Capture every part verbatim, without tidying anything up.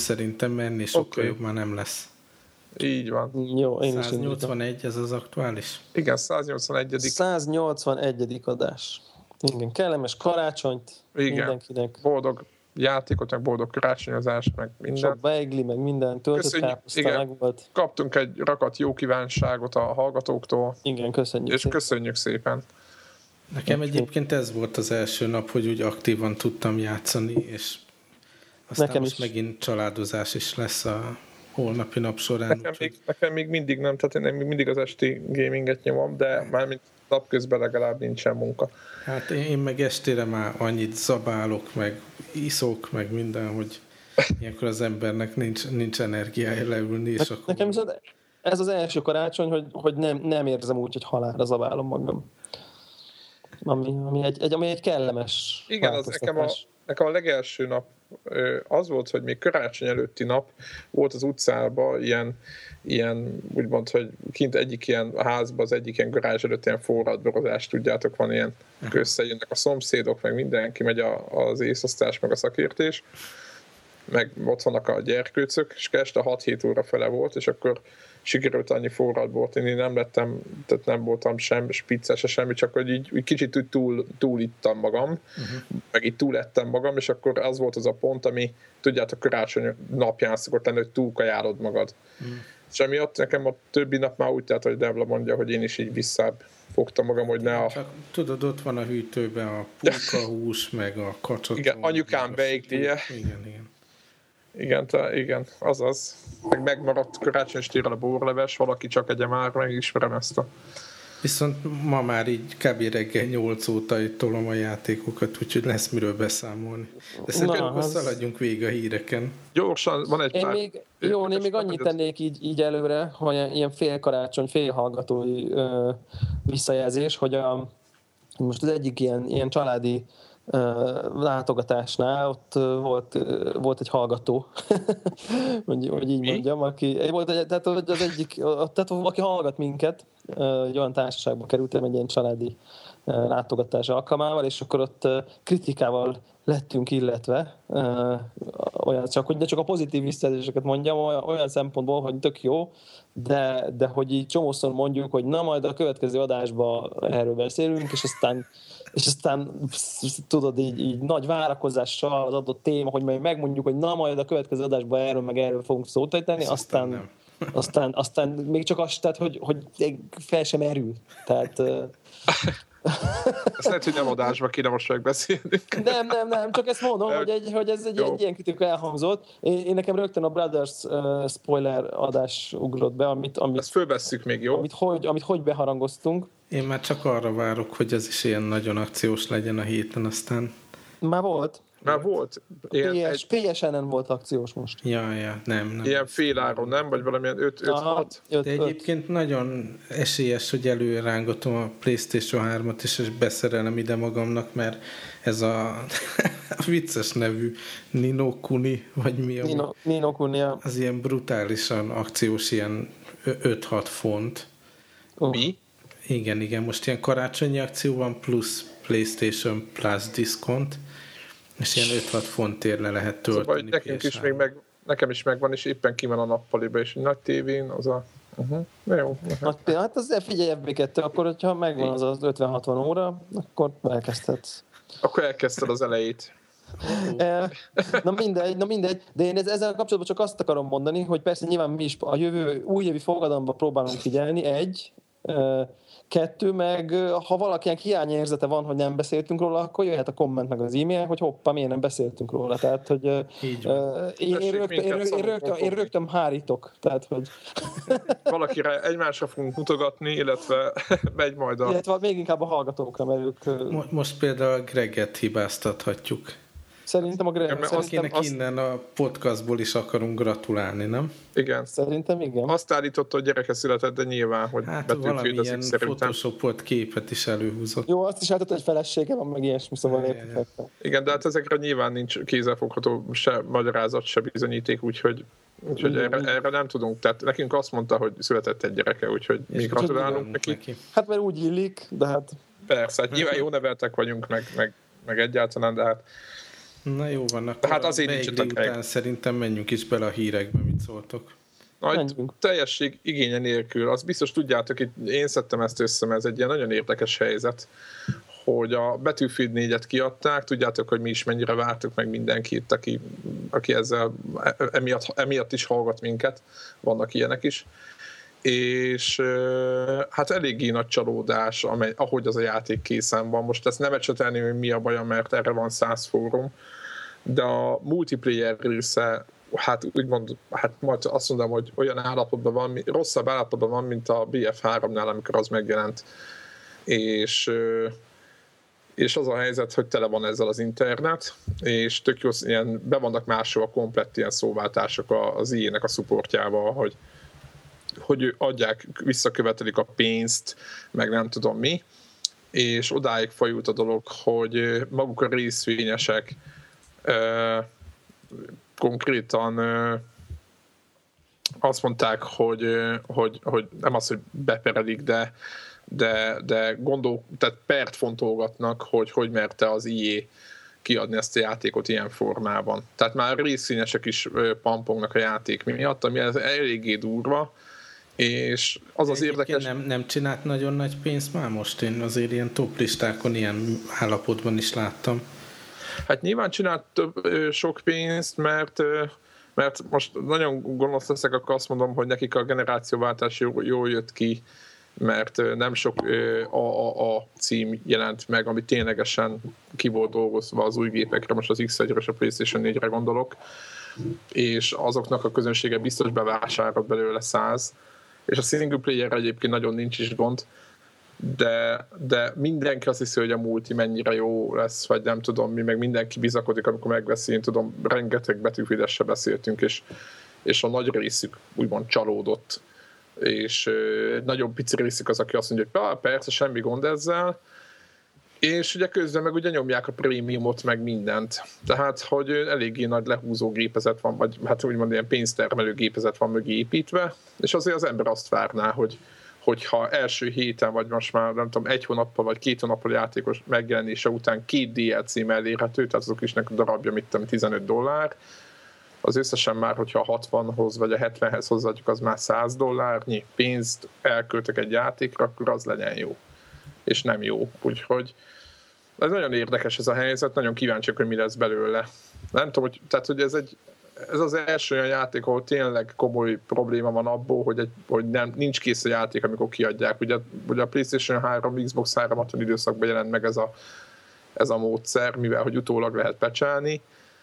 szerintem, mert ennél sokkal okay. jobb már nem lesz. Így van. Jó, én is száznyolcvanegy, ez az aktuális? Igen, száznyolcvanegyedik száznyolcvanegyedik adás. Igen, kellemes karácsonyt Igen. mindenkinek. Boldog játékot, meg boldog karácsonyozást, meg minden. Sok beigli, meg minden, töltött káposzta meg volt. Kaptunk egy rakat jó kívánságot a hallgatóktól. Igen, köszönjük És szépen. köszönjük szépen. Nekem egyébként ez volt az első nap, hogy úgy aktívan tudtam játszani, és aztán nekem most is. megint családozás is lesz a holnapi nap során. Nekem, még, nekem még mindig nem, tehát én még mindig az esti gaminget nyomom, de mármint napközben legalább nincsen munka. Hát én meg estére már annyit zabálok, meg iszok, meg minden, hogy ilyenkor az embernek nincs, nincs energiája leülni, és ne, akkor... Nekem viszont ez az első karácsony, hogy, hogy nem, nem érzem úgy, hogy halálra zabálom magam. Ami, ami, egy, egy, ami egy kellemes Igen, az nekem a, nekem a legelső nap az volt, hogy még karácsony előtti nap volt az utcában ilyen, ilyen úgymond, hogy kint egyik ilyen házban, az egyik ilyen garázs előtt ilyen forradborozás, tudjátok, van ilyen, összejönnek a szomszédok, meg mindenki, megy a, az észosztás, meg a szakértés, meg ott vannak a gyerkőcök, és este hat-hét óra fele volt, és akkor sikerült annyi forradbort, én nem lettem, tehát nem voltam sem spicces, se semmi, csak hogy így, így kicsit úgy túl, túl ittam magam, uh-huh. meg így túl ettem magam, és akkor az volt az a pont, ami tudjátok, karácsony napján szokott lenni, hogy túl kajálod magad. Uh-huh. És emiatt nekem a többi nap már úgy telt, hogy Devla mondja, hogy én is így visszább fogtam magam, hogy ne a... Csak tudod, ott van a hűtőben a pulkahús, meg a kacsatom. Igen, anyukám beiglie. Igen, igen. Igen, te, igen, azaz. Meg megmaradt karácsonystérrel a borleves, valaki csak egye már, megismerem ezt a... Viszont ma már így kb. Reggel nyolc óta itt tolom a játékokat, úgyhogy lesz miről beszámolni. De szerintem akkor az... szaladjunk végig a híreken. Gyorsan, van egy én pár... Még, jó, én még annyit tennék így, így előre, hogy ilyen fél karácsony, fél hallgatói ö, visszajelzés, hogy a, most az egyik ilyen, ilyen családi látogatásnál ott volt, volt egy hallgató, hogy, hogy így mondjam, aki, volt egy, tehát az egyik, tehát aki hallgat minket, egy olyan társaságba kerültem egy ilyen családi látogatás alkalmával, és akkor ott kritikával lettünk illetve, olyan csak, hogy de csak a pozitív visszajelzéseket mondjam, olyan, olyan szempontból, hogy tök jó, de, de hogy így csomószor mondjuk, hogy na majd a következő adásban erről beszélünk, és aztán és aztán tudod, így, így nagy várakozással az adott téma, hogy majd megmondjuk, hogy na majd a következő adásban erről meg erről fogunk szót ejteni, aztán, aztán, aztán, aztán még csak azt, tehát, hogy, hogy fel sem erül. Tehát... Ezt lehet, hogy nem adásba kéne most megbeszélni. Nem, nem, nem, csak ezt mondom, hogy, egy, hogy ez egy, egy ilyen kritika elhangzott. Én, én nekem rögtön a Brothers uh, spoiler adás ugrott be, amit, amit, ezt fölvesszük még, jó? Amit hogy, amit hogy beharangoztunk. Én már csak arra várok, hogy ez is ilyen nagyon akciós legyen a héten, aztán... Már volt. Már volt. Ilyen P S, egy... pé es en-en volt akciós most. Ja, ja, nem, nem. Ilyen féláron, nem? Vagy valamilyen öt hat? De egyébként nagyon esélyes, hogy előrángatom a PlayStation hármat is, és beszerelem ide magamnak, mert ez a vicces nevű Ni no Kuni, vagy mi a... Nino, Nino Kuni, ja. Az ilyen brutálisan akciós, ilyen öt-hat font. Uh. Mi? Igen, igen, most ilyen karácsonyi akció van, plusz PlayStation Plus diszkont, és ilyen öt-hat fontért le lehet tölteni. Szóval nekünk is még meg, nekem is megvan, és éppen ki van a nappaliba, és nagy tévén az a... Uh-huh. Jó. Uh-huh. Hát az figyelj ef bé kettő, akkor hogyha megvan az az ötven-hatvan óra, akkor elkezdhetsz. Akkor elkezdted az elejét. Na mindegy, na mindegy, de én ezzel kapcsolatban csak azt akarom mondani, hogy persze nyilván mi is a jövő újévi fogadalomba próbálunk figyelni, egy, kettő, meg ha valakinek hiányérzete van, hogy nem beszéltünk róla, akkor jöhet a komment meg az e-mail, hogy hoppá, miért nem beszéltünk róla. Tehát, hogy uh, én, én, rögtön, én, én, rögtön, én rögtön hárítok. Tehát, hogy... Valakire egymásra fogunk mutogatni, illetve megy majd a... Illetve még inkább a hallgatókra, mert ők... Most például a Greget hibáztathatjuk. Szerintem a Greg... Akinek azt... innen a podcastból is akarunk gratulálni, nem? Igen. Szerintem igen. Azt állította, hogy gyereke született, de nyilván, hogy hát betűkvédezik szerintem. photoshopolt képet is előhúzott. Jó, azt is állította, hogy felesége van, meg ilyesmi, szóval értettem. Igen, de hát ezekre nyilván nincs kézzelfogható se magyarázat, se bizonyíték, úgyhogy, úgyhogy erre, erre nem tudunk. Tehát nekünk azt mondta, hogy született egy gyereke, úgyhogy mi gratulálunk neki. neki. Hát mert úgy illik, de hát... Persze, hát nyilván jó neveltek vagyunk, meg, meg, meg egyáltalán, de hát Na jó van, akkor hát azért beigli után szerintem menjünk is bele a hírekbe, mit szóltok. Nagy teljesség igénye nélkül, azt biztos tudjátok, itt én szedtem ezt össze, mert ez egy ilyen nagyon érdekes helyzet, hogy a Battlefield négyet kiadták, tudjátok, hogy mi is mennyire vártuk meg mindenkit, aki, aki ezzel emiatt, emiatt is hallgat minket, vannak ilyenek is, és hát eléggé nagy csalódás, amely, ahogy az a játék készen van. Most ezt nem ecsetelni, hogy mi a baja, mert erre van száz fórum, de a multiplayer része, hát úgymond, hát majd azt mondom, hogy olyan állapotban van, rosszabb állapotban van, mint a bé ef háromnál, amikor az megjelent. És, és az a helyzet, hogy tele van ezzel az internet, és tök jó, ilyen, be vannak máshol a komplett ilyen szóváltások az i á-nek a szupportjával, hogy, hogy adják, visszakövetelik a pénzt, meg nem tudom mi, és odáig fajult a dolog, hogy maguk a részvényesek konkrétan azt mondták, hogy, hogy, hogy nem az, hogy beperelik, de, de, de gondol, tehát pert fontolgatnak, hogy hogy merte az i á kiadni ezt a játékot ilyen formában. Tehát már részvényesek is pampognak a játék miatt, ami ez eléggé durva, és az az érdekes... Nem, nem csinált nagyon nagy pénzt már most, én azért ilyen top listákon ilyen állapotban is láttam. Hát nyilván csinált több, sok pénzt, mert, mert most nagyon gonosz leszek, akkor azt mondom, hogy nekik a generációváltás jól, jól jött ki, mert nem sok á á á cím jelent meg, ami ténylegesen ki volt dolgozva az új gépekre, most az iksz egyre és a PlayStation négyre gondolok, és azoknak a közönsége biztos bevásárolt belőle száz, és a single player egyébként nagyon nincs is gond, de, de mindenki azt hiszi, hogy a multi mennyire jó lesz, vagy nem tudom mi, meg mindenki bizakodik, amikor megveszi, én tudom, rengeteg Battlefield-essel beszéltünk, és, és a nagy részük úgymond csalódott, és egy nagyon pici részük az, aki azt mondja, hogy persze, semmi gond ezzel, és ugye közben meg ugye nyomják a prémiumot, meg mindent. Tehát, hogy eléggé nagy lehúzó gépezet van, vagy hát úgymond ilyen pénztermelő gépezet van mögé építve, és azért az ember azt várná, hogy hogyha első héten, vagy most már nem tudom, egy hónappal, vagy két hónappal játékos megjelenése után két dé el cím elérhető, tehát azok is nekünk darabja, mit tudom, tizenöt dollár, az összesen már, hogyha a hatvanhoz vagy a hetvenhez hozzáadjuk, az már száz dollárnyi pénzt elköltek egy játékra, akkor az legyen jó. És nem jó. Úgyhogy ez nagyon érdekes ez a helyzet, nagyon kíváncsiak, hogy mi lesz belőle. Nem tudom, hogy, tehát, hogy ez, egy, ez az első olyan játék, ahol tényleg komoly probléma van abból, hogy, egy, hogy nem, nincs kész a játék, amikor kiadják. Ugye, ugye a PlayStation három, Xbox háromszázhatvan időszakban jelent meg ez a, ez a módszer, mivel hogy utólag lehet pecselni,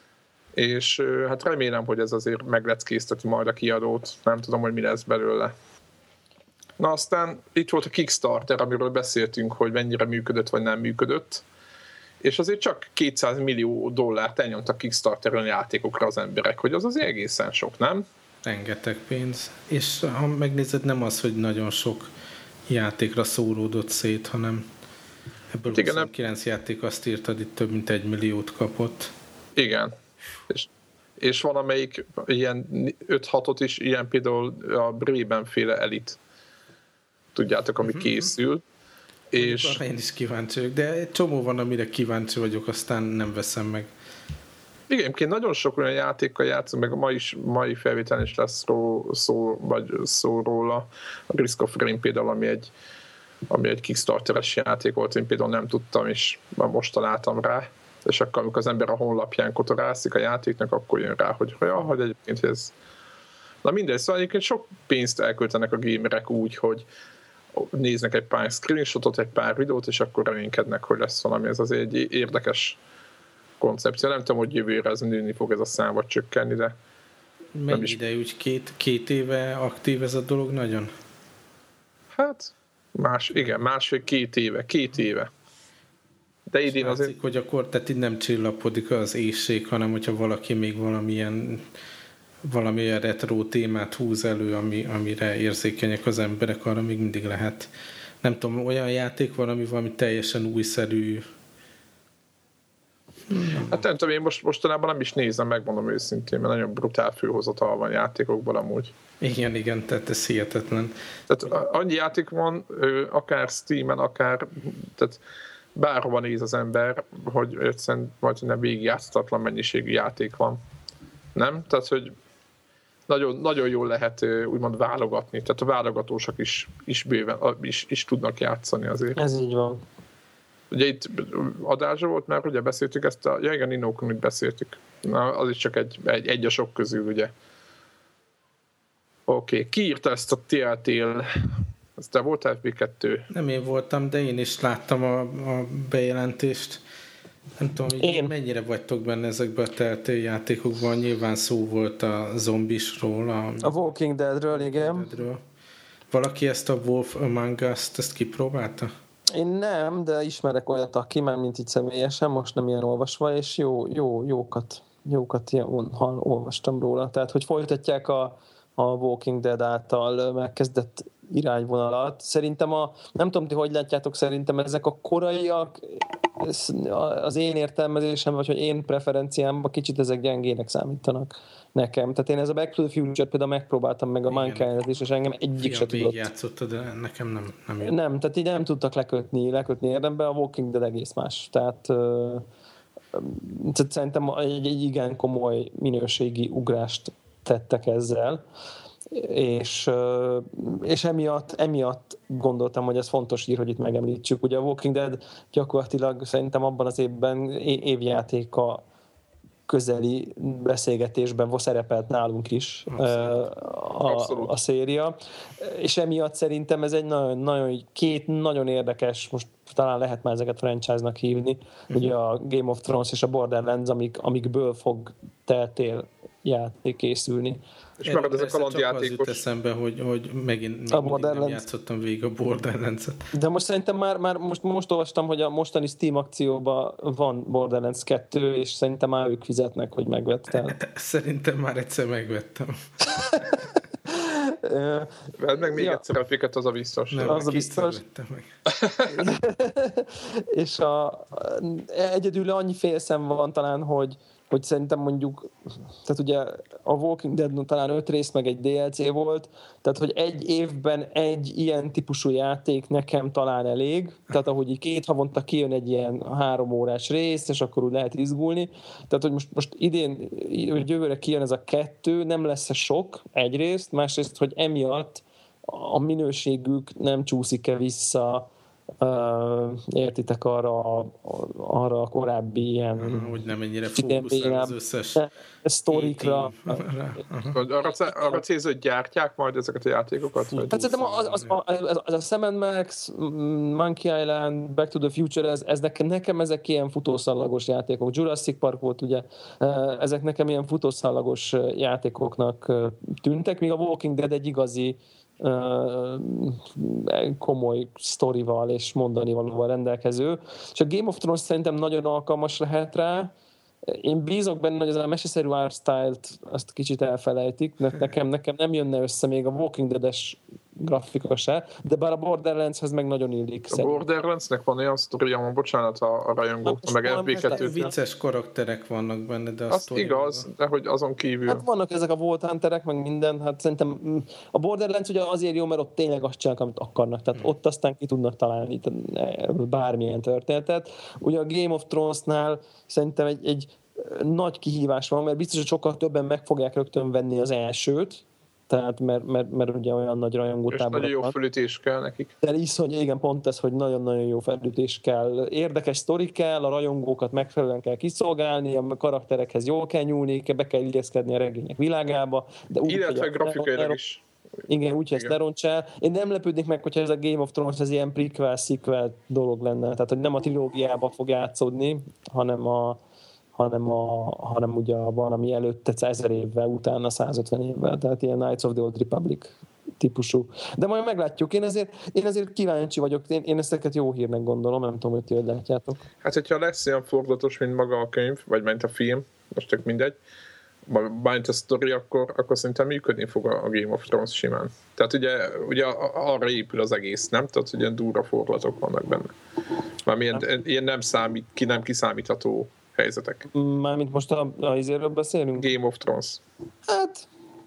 és hát remélem, hogy ez azért megleckézteti majd a kiadót. Nem tudom, hogy mi lesz belőle. Na aztán itt volt a Kickstarter, amiről beszéltünk, hogy mennyire működött, vagy nem működött, és azért csak kétszáz millió dollárt elnyomtak Kickstarteren játékokra az emberek, hogy az azért egészen sok, nem? Rengeteg pénz. És ha megnézed, nem az, hogy nagyon sok játékra szóródott szét, hanem ebből igen, huszonkilenc nem... játék azt írtad, itt több mint egy milliót kapott. Igen. És, és van amelyik ilyen öt-hatot is, ilyen például a Braben féle Elite, tudjátok, ami mm-hmm. készül. És... Arra én is kíváncsi vagyok, de egy csomó van, amire kíváncsi vagyok, aztán nem veszem meg. Igen, egyébként nagyon sok olyan játékkal játszunk, meg a mai, is, mai felvételen is lesz szó, szó, vagy szó róla. A Risk of Rain például, ami egy, ami egy Kickstarteres játék volt, én például nem tudtam, és most találtam rá. És akkor, amikor az ember a honlapján kotorászik a játéknak, akkor jön rá, hogy, ja, hogy egyébként ez... Na mindegy, szóval egyébként sok pénzt elköltenek a gamerek úgy, hogy néznek egy pár screenshotot, egy pár videót, és akkor reménykednek, hogy lesz valami. Ez azért egy érdekes koncepció. Nem tudom, hogy jövőre ez nőni fog ez a szám, vagy csökkenni, de... Mennyi is... ide, úgy két, két éve aktív ez a dolog nagyon? Hát, más, igen, másfél-két éve, két éve. De idén látszik, azért... hogy akkor tehát így nem csillapodik az éjség, hanem hogyha valaki még valamilyen valamilyen retro témát húz elő, ami, amire érzékenyek az emberek, arra még mindig lehet. Nem tudom, olyan játék van, ami valami teljesen újszerű. Hát nem tudom, én most, mostanában nem is nézem, megmondom őszintén, mert nagyon brutál főhozatal van játékokban amúgy. Igen, igen, tehát ez hihetetlen. Tehát annyi játék van, akár Steamen, akár tehát bárhova néz az ember, hogy egyszerűen majdnem végigjátszhatatlan mennyiségű játék van. Nem? Tehát, hogy nagyon, nagyon jól lehet úgymond válogatni, tehát a válogatósak is, is bőven is, is tudnak játszani azért. Ez így van. Ugye itt adásra volt, mert ugye beszéltük ezt a, ja igen, Ni no Kunit beszéltük. Na, az is csak egy, egy, egy a sok közül, ugye. Oké, okay. Ki írta ezt a Telltale? Ez te voltál ef bé kettő? Nem én voltam, de én is láttam a, a bejelentést. Nem tudom, én... mennyire vagytok benne ezekben a Telltale játékokban. Nyilván szó volt a zombisról. A, a Walking Deadről, igen. Deadről. Valaki ezt a Wolf Among Us-t, ezt kipróbálta? Én nem, de ismerek olyat, aki már mint így személyesen, most nem ilyen olvasva, és jó, jó, jókat, jókat ilyen, olvastam róla. Tehát, hogy folytatják a, a Walking Dead által megkezdett irányvonalat. Szerintem a, nem tudom, ti hogy látjátok, szerintem ezek a koraiak, az én értelmezésem, vagy hogy én preferenciámban kicsit ezek gyengének számítanak nekem. Tehát én ez a Back to the Future például megpróbáltam meg a Mankind-et is, és engem egyik se tudott. Játszotta, de nekem nem. Nem, jön. nem, tehát így nem tudtak lekötni, lekötni érdembe, a Walking Dead egész más. Tehát, uh, tehát szerintem egy, egy igen komoly minőségi ugrást tettek ezzel. És, és emiatt, emiatt gondoltam, hogy ez fontos ír, hogy itt megemlítsük. Ugye a Walking Dead gyakorlatilag szerintem abban az évben évjátéka közeli beszélgetésben szerepelt nálunk is a, a széria, és emiatt szerintem ez egy nagyon, nagyon, két nagyon érdekes, most talán lehet már ezeket franchise-nak hívni, uh-huh. ugye a Game of Thrones és a Borderlands, amik, amikből fog Telltale játék készülni. És magad ez a kalandjátékos. Az jut eszembe, hogy, hogy megint még nem játszottam végig a Borderlands-et. De most szerintem már, már most, most olvastam, hogy a mostani Steam akcióban van Borderlands kettő, és szerintem már ők fizetnek, hogy megvettem. Szerintem már egyszer megvettem. Vedd meg még ja. egyszer a féket, az a biztos. Nem, az a biztos. Meg. És a, egyedül annyi félszem van talán, hogy hogy szerintem mondjuk, tehát ugye a Walking Dead talán öt rész meg egy dé el cé volt, tehát hogy egy évben egy ilyen típusú játék nekem talán elég, tehát ahogy így két havonta kijön egy ilyen három órás rész, és akkor úgy lehet izgulni, tehát hogy most, most idén, hogy jövőre kijön ez a kettő, nem lesz sok egyrészt, másrészt, hogy emiatt a minőségük nem csúszik-e vissza. Uh, értitek arra, arra a korábbi ilyen hogy nem ennyire fókuszál az összes sztorikra. Arra, arra célz, hogy gyártják majd ezeket a játékokat? Hát szerintem az, az, az, az, az a Sam and Max, Monkey Island, Back to the Future, ez, ez nekem, nekem ezek ilyen futószallagos játékok. Jurassic Park volt ugye, ezek nekem ilyen futószallagos játékoknak tűntek, míg a Walking Dead egy igazi komoly sztorival és mondani valóval rendelkező. És a Game of Thrones szerintem nagyon alkalmas lehet rá. Én bízok benne, hogy ez a meseszerű art style-t azt kicsit elfelejtik. Nekem, nekem nem jönne össze még a Walking Dead-es grafika se, de bár a Borderlandshez meg nagyon illik. A Borderlandsnek van olyan sztoria, bocsánat a, a rajongóknak, meg ef bé kettő. Vicces karakterek vannak benne, de a azt igaz, de hogy azon kívül. Hát vannak ezek a Vault Hunterek, meg minden, hát szerintem a Borderlands ugye azért jó, mert ott tényleg azt csinálnak, amit akarnak, tehát ott aztán ki tudnak találni bármilyen történetet. Ugye a Game of Thrones-nál szerintem egy, egy nagy kihívás van, mert biztos, hogy sokkal többen meg fogják rögtön venni az elsőt, tehát mert, mert, mert ugye olyan nagy rajongótáborok van. És nagyon jó felütés kell nekik. De iszony, igen, pont ez, hogy nagyon-nagyon jó felütés kell. Érdekes sztori kell, a rajongókat megfelelően kell kiszolgálni, a karakterekhez jól kell nyúlni, be kell illeszkedni a regények világába. De úgy, illetve grafikailag is. Igen, úgy, hogy ezt lerontsál. Én nem lepődnék meg, hogyha ez a Game of Thrones ez ilyen prequel, sequel dolog lenne. Tehát, hogy nem a trilógiába fog játszódni, hanem a hanem, a, hanem ugye van, ami előtte ezer évvel, utána százötven évvel, tehát ilyen Knights of the Old Republic típusú. De majd meglátjuk. Én ezért, én ezért kíváncsi vagyok. Én, én ezeket jó hírnek gondolom, nem tudom, hogy ti hogy látjátok. Hát, hogyha lesz ilyen fordulatos, mint maga a könyv, vagy mint a film, most csak mindegy, bánt a sztori, akkor, akkor szerintem működni fog a Game of Thrones simán. Tehát ugye, ugye arra épül az egész, nem? Tehát ugye durva fordulatok vannak benne. Már ilyen, ilyen nem számít, ki nem kiszámítható helyzetek. Mármint most a, a izéről beszélünk? Game of Thrones. Hát,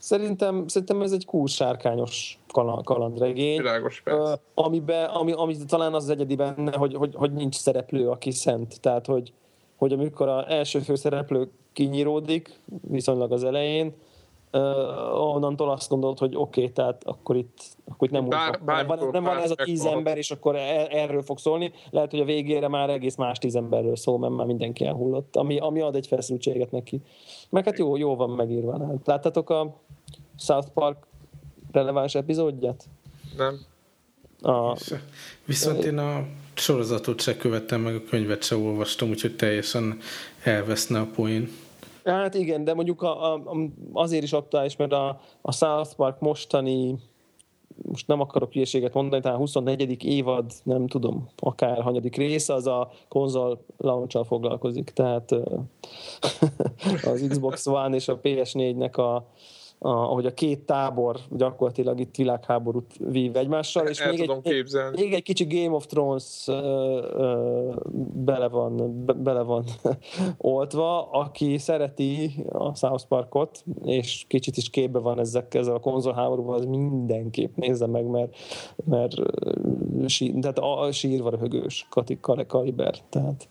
Szerintem, szerintem ez egy kúsárkányos kalandregény. Világos, persze. Amiben, ami, ami talán az, az egyedi benne, hogy, hogy, hogy nincs szereplő, aki szent. Tehát, hogy, hogy amikor az első főszereplő kinyíródik, viszonylag az elején, Uh, onnantól azt gondolod, hogy oké, okay, tehát akkor itt, akkor itt nem, Bár, úgy van, nem, nem van ez a tíz ember, és akkor erről fog szólni. Lehet, hogy a végére már egész más tíz emberről szól, mert már mindenki elhullott, ami, ami ad egy feszültséget neki. Meg hát jó, jó van megírva. Hát, láttátok a South Park releváns epizódját? Nem. A, Viszont én a sorozatot se követtem, meg a könyvet se olvastam, úgyhogy teljesen elveszne a poén. Hát igen, de mondjuk a, a, azért is aktuális, mert a, a South Park mostani, most nem akarok hülyeséget mondani, talán huszonnegyedik évad, nem tudom, akár hanyadik része, az a konzol launch-al foglalkozik. Tehát az Xbox One és a pé es négynek a A, ahogy a két tábor gyakorlatilag itt világháborút vív egymással, és még egy, még egy kicsi Game of Thrones uh, uh, bele van, be, bele van oltva, aki szereti a South Parkot, és kicsit is képbe van ezek, ezzel a konzolháborúban, az mindenképp nézze meg, mert, mert sí, tehát a sírva röhögős kaliber. Tehát.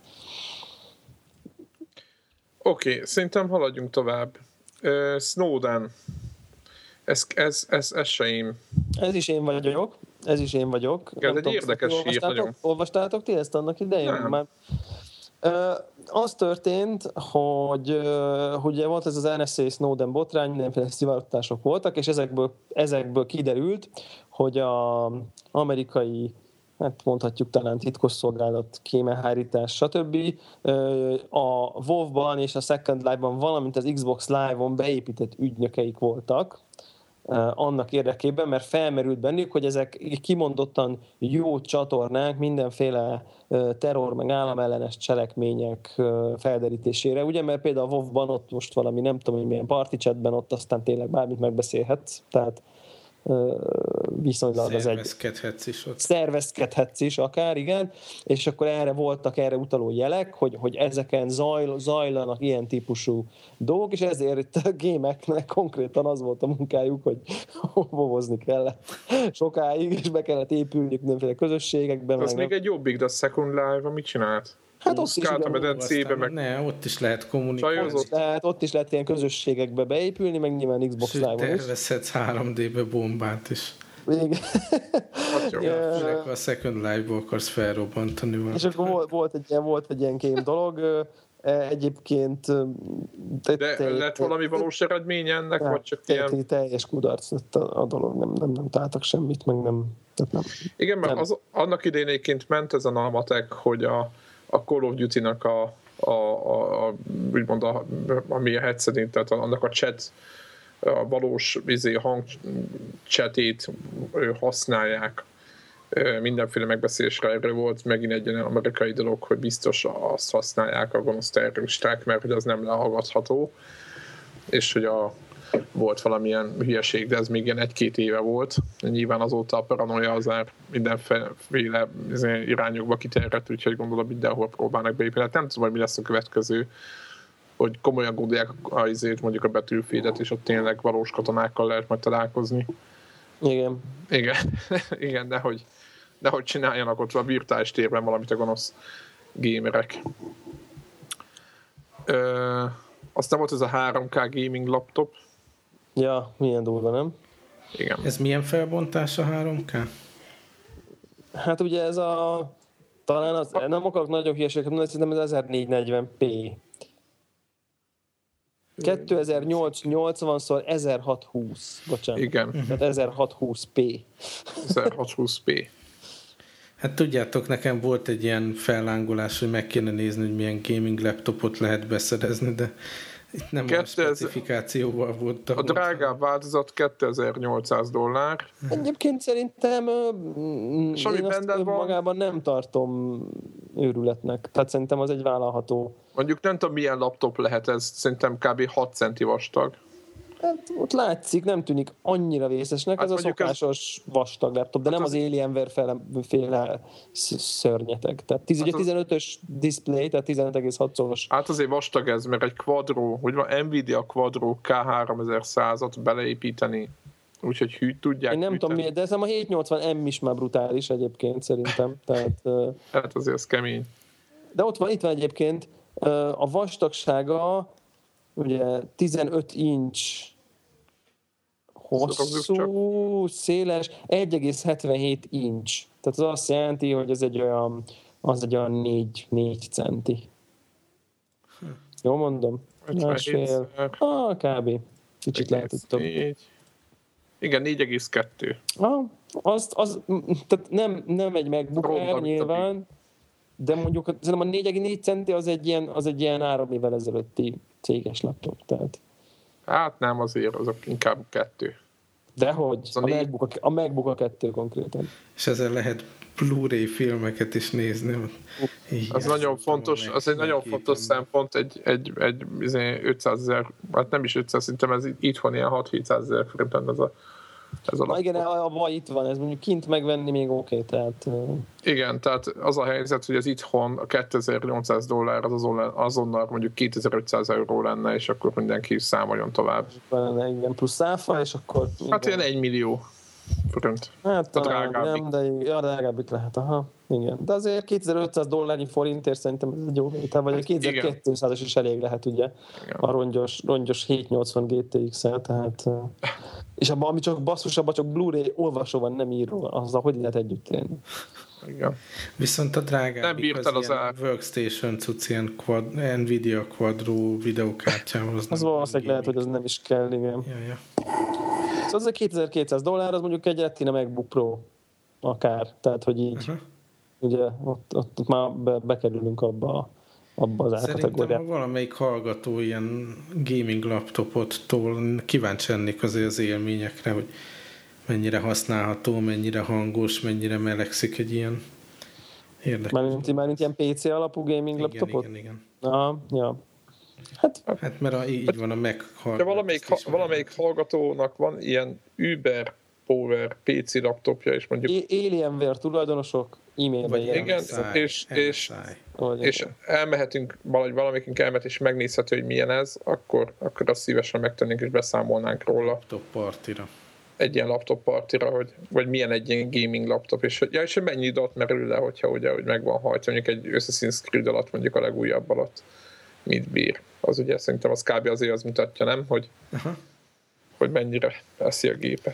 Oké, okay, szerintem haladjunk tovább. Uh, Snowden. Ez, ez, ez, ez se én. Ez is én vagyok. Ez is én vagyok. Ez egy érdekes hír nagyon. Olvastátok ti ezt annak idején? Nem. Már, uh, az történt, hogy uh, ugye volt ez az en es á Snowden botrány, mindenféle szivartások voltak, és ezekből, ezekből kiderült, hogy az amerikai, hát mondhatjuk talán titkosszolgálat, kémehárítás, stb. A WoW-ban és a Second Life-ban, valamint az Xbox Live-on beépített ügynökeik voltak annak érdekében, mert felmerült bennük, hogy ezek kimondottan jó csatornák mindenféle terror meg államellenes cselekmények felderítésére. Ugye, mert például a WoW-ban ott most valami, nem tudom, hogy milyen party chatben ott aztán tényleg bármit megbeszélhetsz, tehát viszonylag az egy... Szervezkedhetsz is ott. Szervezkedhetsz is akár, igen, és akkor erre voltak erre utaló jelek, hogy, hogy ezeken zajl, zajlanak ilyen típusú dolgok, és ezért itt a gémeknek konkrétan az volt a munkájuk, hogy vovozni kellett sokáig, és be kellett épülniük mindenféle közösségekben. Az még nem. Egy jobbik, de a Second Life, mit csinált? Hát ott is, a medencébe, meg... Ne, ott is lehet kommunikálni. Ott, lehet, ott is lehet ilyen közösségekbe beépülni, meg nyilván Xbox Live-on is. Tervezhetsz három dé-be bombát is. Igen. Ja, a Second Life-ból akarsz felrobbantani valamit. És akkor volt, volt, egy ilyen, volt egy ilyen kém dolog. Egyébként... Te, De te, lett te, valami valós eredmény ennek, vagy csak te, ilyen... Teljes kudarc lett a, a dolog, nem, nem, nem találtak semmit, meg nem... nem Igen, mert az, annak idejénként ment ezen a matek, hogy a a Call of Duty-nak a, a, a, a úgymond a, ami a headsetén, tehát annak a chat, a valós izé, hangchatét használják mindenféle megbeszélésre. Erre volt megint egy olyan amerikai dolog, hogy biztos azt használják a gonosz terroristák, mert hogy az nem lehallgatható, és hogy a volt valamilyen hülyeség, de ez még ilyen egy-két éve volt. Nyilván azóta a paranoia az már mindenféle irányokba kiterjedt, úgyhogy gondolom mindenhol próbálnak beépíteni. Nem tudom, hogy mi lesz a következő, hogy komolyan gondolják azért mondjuk a Battlefieldet, és ott tényleg valós katonákkal lehet majd találkozni. Igen. Igen, Igen de hogy de hogy csináljanak ott a virtuális térben valamit a gonosz gamerek. Ö, aztán volt ez a három ká gaming laptop. Ja, milyen durva, nem? Igen. Ez milyen felbontás a három ká? Hát ugye ez a... Talán az, nem akarok nagyon hülyeséget mondani, szerintem ez ezernégyszáznegyven pé. kétezer-nyolcvan szor ezerhatszázhúsz. Bocsánat. Igen. Tehát ezerhatszázhúsz pé. ezerhatszázhúsz pé. Hát tudjátok, nekem volt egy ilyen fellángolás, hogy meg kéne nézni, hogy milyen gaming laptopot lehet beszerezni, de itt nem a specifikációval volt. A drágább változat kétezer-nyolcszáz dollár. Egyébként szerintem és én azt van, magában nem tartom őrületnek. Tehát szerintem az egy vállalható. Mondjuk nem tudom, milyen laptop lehet ez. Szerintem kb. hat centi vastag. Hát ott látszik, nem tűnik annyira vészesnek, hát ez a szokásos ez... vastag laptop, de hát nem az, az Alienware féle, féle szörnyeteg. Tehát tíz, hát ugye az... tizenötös display, tehát tizenöt egész hat szoros. Hát azért vastag ez, mert egy Quadro, hogy van Nvidia Quadro K háromezerszázat beleépíteni, úgyhogy hű, tudják. Én nem hűteni. tudom miért, de ez a hétszáznyolcvan M is már brutális egyébként szerintem. Tehát, hát azért ez kemény. De ott van, itt van egyébként a vastagsága, ugye tizenöt inch hosszú, széles, egy egész hetvenhét inch. Tehát az azt jelenti, hogy ez egy olyan, az egy olyan négy centi. Jól mondom? Másfél. Ah, kb. Kicsit lehet, hogy több. Igen, négy egész kettő. Ah, az, az, tehát nem, nem egy MacBook Air nyilván, de mondjuk szerintem a négy egész négy centi az egy ilyen, az egy ilyen három évvel ezelőtti céges laptop. Tehát. Hát nem azért, azok inkább kettő. Dehogy, a, a, négy... MacBook, a, a MacBook a kettő konkrétan. És ezzel lehet Blu-ray filmeket is nézni. Az nagyon fontos, az egy nagyon fontos szempont, egy, egy, egy ötszázezer, hát nem is ötszáz, szerintem ez itthon ilyen hat-hétszázezer forint ez a ez a Na igen, abban itt van, ez mondjuk kint megvenni még oké, okay, tehát... Igen, tehát az a helyzet, hogy az itthon a kétezer-nyolcszáz dollár az azonnal mondjuk kétezer-ötszáz euró lenne, és akkor mindenki számoljon tovább. Igen, plusz áfa, és akkor... Hát ilyen egy millió forint. Hát talán nem, de ja, drágább itt lehet, aha. Igen. De azért kétezer-ötszáz dollárnyi forintért szerintem ez egy jó vétel, vagy a kétezer-kétszázas is elég lehet, ugye? Igen. A rongyos, rongyos hétszáznyolcvan gé té iksz-el, tehát... És abban, ami csak basszus, abban csak Blu-ray olvasó van, nem író, azzal hogy lehet együtt élni. Igen. Viszont a drágább nem bírt el az, az ár. Workstation cucc, ilyen quad, Nvidia Quadro videókártyával. Az, az valószínűleg lehet, hogy az nem is kell, igen. Ja, ja. Szóval az a kétezer-kétszáz dollár, az mondjuk egy Retina MacBook Pro akár, tehát hogy így, uh-huh. ugye ott, ott, ott már be, bekerülünk abba, abba az árkategóriába. Szerintem, ha valamelyik hallgató ilyen gaming laptopottól kíváncsi lennék azért az élményekre, hogy mennyire használható, mennyire hangos, mennyire melegszik egy ilyen érdekes. Mármint, mármint ilyen pé cé alapú gaming igen, laptopot? Igen, igen. Aha, ja. Hát, hát mert a, így van a Mac hallgató. Valamelyik, ha, valamelyik hallgatónak van ilyen Uber Power pé cé laptopja, és mondjuk... Alienware tulajdonosok e-mailben igen, és, és, és elmehetünk, valahogy valamikünk elmehet, és megnézhető, hogy milyen ez, akkor, akkor azt szívesen megtennénk, és beszámolnánk róla. Laptop partira. Egy ilyen laptop partira, hogy, vagy milyen egy ilyen gaming laptop, és, ja, és mennyi időt merül le, hogyha ugye, hogy meg van hajtva, mondjuk egy Assassin's Creed alatt, mondjuk a legújabb alatt mit bír. Az ugye szerintem az kb. Azért az mutatja, nem? Hogy, uh-huh. hogy mennyire veszi a gépet.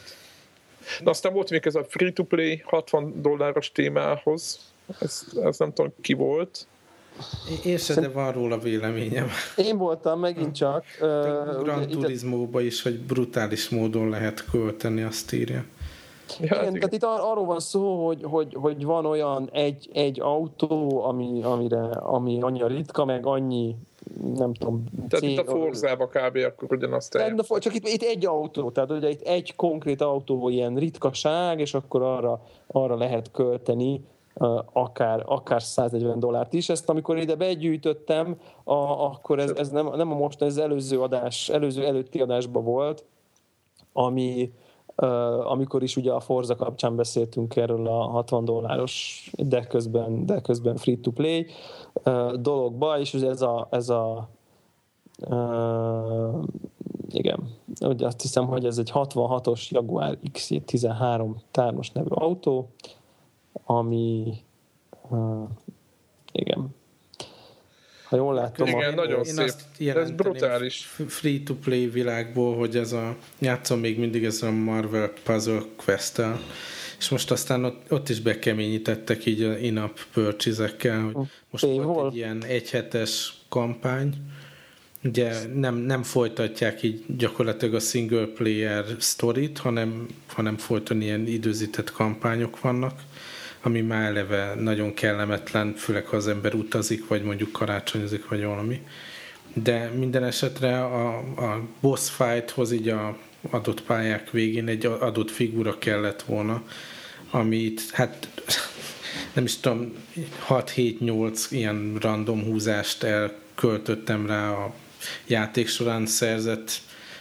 Na aztán volt még ez a free-to-play hatvan dolláros témához. Ez, ez nem tudom ki volt. Én sem, de van róla véleményem. Én voltam megint csak. Uh, Gran Turismo-ba is, hogy brutális módon lehet költeni, azt írja. Ja, igen, igen, tehát itt ar- arról van szó, hogy, hogy, hogy van olyan egy, egy autó, ami, amire, ami annyira ritka, meg annyi nem tudom... Tehát cég, itt a Forzába kb. Akkor ugyanazt eljött. Csak itt, itt egy autó, tehát ugye itt egy konkrét autó ilyen ritkaság, és akkor arra, arra lehet költeni uh, akár, akár száznegyven dollárt is. Ezt amikor ide begyűjtöttem, a, akkor ez, ez nem, nem a most, ez előző adás, előző előtti adásban volt, ami Uh, amikor is ugye a Forza kapcsán beszéltünk erről a hatvan dolláros, de közben, de közben free-to-play uh, dologba, és ugye ez a, ez a uh, igen, ugye azt hiszem, hogy ez egy hatvanhatos Jaguar iksz jé tizenhárom tárnos nevű autó, ami uh, igen, ha jól látom. Igen, a... nagyon szép. Ez brutális. Free-to-play világból, hogy ez a... Játszom még mindig ez a Marvel Puzzle Quest-tel, és most aztán ott, ott is bekeményítettek így a in-app purchase-ekkel, hogy most Én volt hol? Egy ilyen egyhetes kampány, ugye nem, nem folytatják így gyakorlatilag a single player sztorit, hanem, hanem folyton ilyen időzített kampányok vannak, ami már eleve nagyon kellemetlen, főleg ha az ember utazik, vagy mondjuk karácsonyozik, vagy valami. De minden esetre a, a boss fighthoz így a adott pályák végén egy adott figura kellett volna, amit hát nem is tudom, hat-hét-nyolc ilyen random húzást elköltöttem rá a játék során szerzett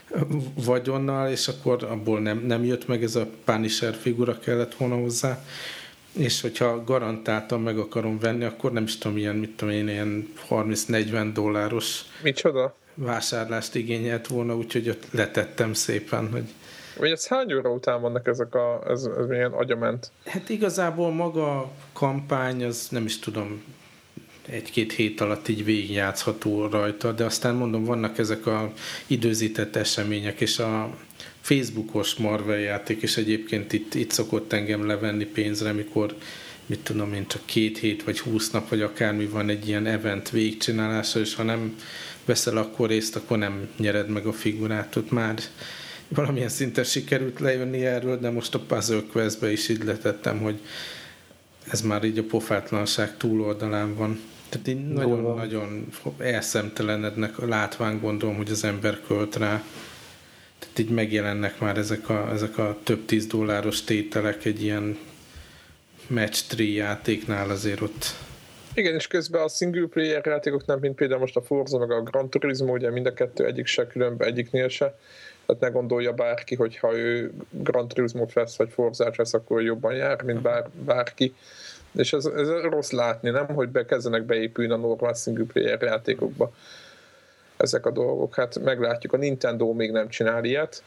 vagyonnal, és akkor abból nem, nem jött meg, ez a Punisher figura kellett volna hozzá, és hogyha garantáltan meg akarom venni, akkor nem is tudom, ilyen, mit tudom én, ilyen harminc-negyven dolláros Micsoda? vásárlást igényelt volna, úgyhogy ott letettem szépen, hogy... Vagy ez hány óra után vannak ezek a, ez, ez milyen agyament? Hát igazából maga a kampány, az nem is tudom, egy-két hét alatt így végigjátszható rajta, de aztán mondom, vannak ezek a időzített események, és a Facebookos Marvel játék is egyébként itt, itt szokott engem levenni pénzre, mikor, mit tudom én, csak két hét, vagy húsz nap, vagy akármi van egy ilyen event végigcsinálása, és ha nem veszel akkor részt, akkor nem nyered meg a figurát. Ott már valamilyen szinten sikerült lejönni erről, de most a Puzzle Quest-be is így letettem, hogy ez már így a pofátlanság túloldalán van. Tehát így nagyon-nagyon elszemtelenednek a látván, gondolom, hogy az ember költ rá. Tehát így megjelennek már ezek a, ezek a több tíz dolláros tételek egy ilyen match tree játéknál azért ott. Igen, és közben a single player játékok nem, mint például most a Forza meg a Gran Turismo, ugye mind a kettő egyik se különben, egyiknél se. Tehát ne gondolja bárki, hogy ha ő Gran Turismo-t vesz, vagy Forzát vesz, akkor jobban jár, mint bár, bárki. És ez, ez rossz látni, nem? Hogy be, kezdenek beépülni a normál single player játékokba ezek a dolgok. Hát meglátjuk, a Nintendo még nem csinál ilyet.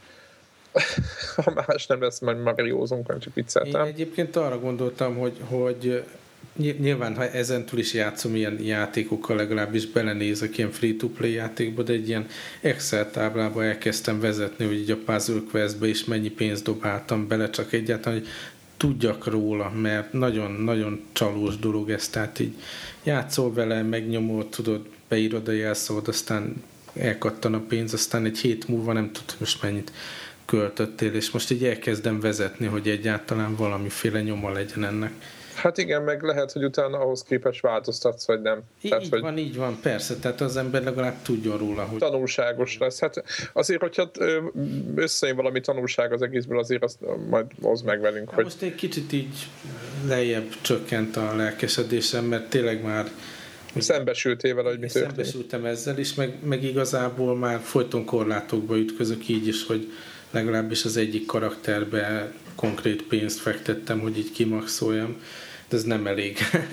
Ha más nem lesz, majd Mariózunk, csak vicceltem. Én egyébként arra gondoltam, hogy, hogy nyilván, ha ezentúl is játszom ilyen játékokkal, legalábbis belenézek ilyen free-to-play játékba, de egy ilyen Excel táblába elkezdtem vezetni, hogy így a Puzzle Quest-be is mennyi pénzt dobáltam bele, csak egyáltalán, hogy tudjak róla, mert nagyon-nagyon csalós dolog ez, tehát így játszol vele, megnyomod, tudod, beírod a jelszót, aztán elkattan a pénz, aztán egy hét múlva nem tudod, most mennyit költöttél, és most így elkezdem vezetni, hogy egyáltalán valamiféle nyoma legyen ennek. Hát igen, meg lehet, hogy utána ahhoz képest változtatsz, vagy nem. Így tehát, hogy van, így van, persze, tehát az ember legalább tudjon róla, hogy... Tanulságos lesz. Hát azért, hogyha összejön valami tanulság az egészből, azért azt majd hozd meg velünk. Hát hogy... Most egy kicsit így lejjebb csökkent a lelkesedésem, mert tényleg már... Szembesültél vele, hogy mi történik. Szembesültem ezzel is, meg, meg igazából már folyton korlátokba ütközök így is, hogy legalábbis az egyik karakterbe konkrét pénzt fektettem, hogy így kimaxoljam, de ez nem elég.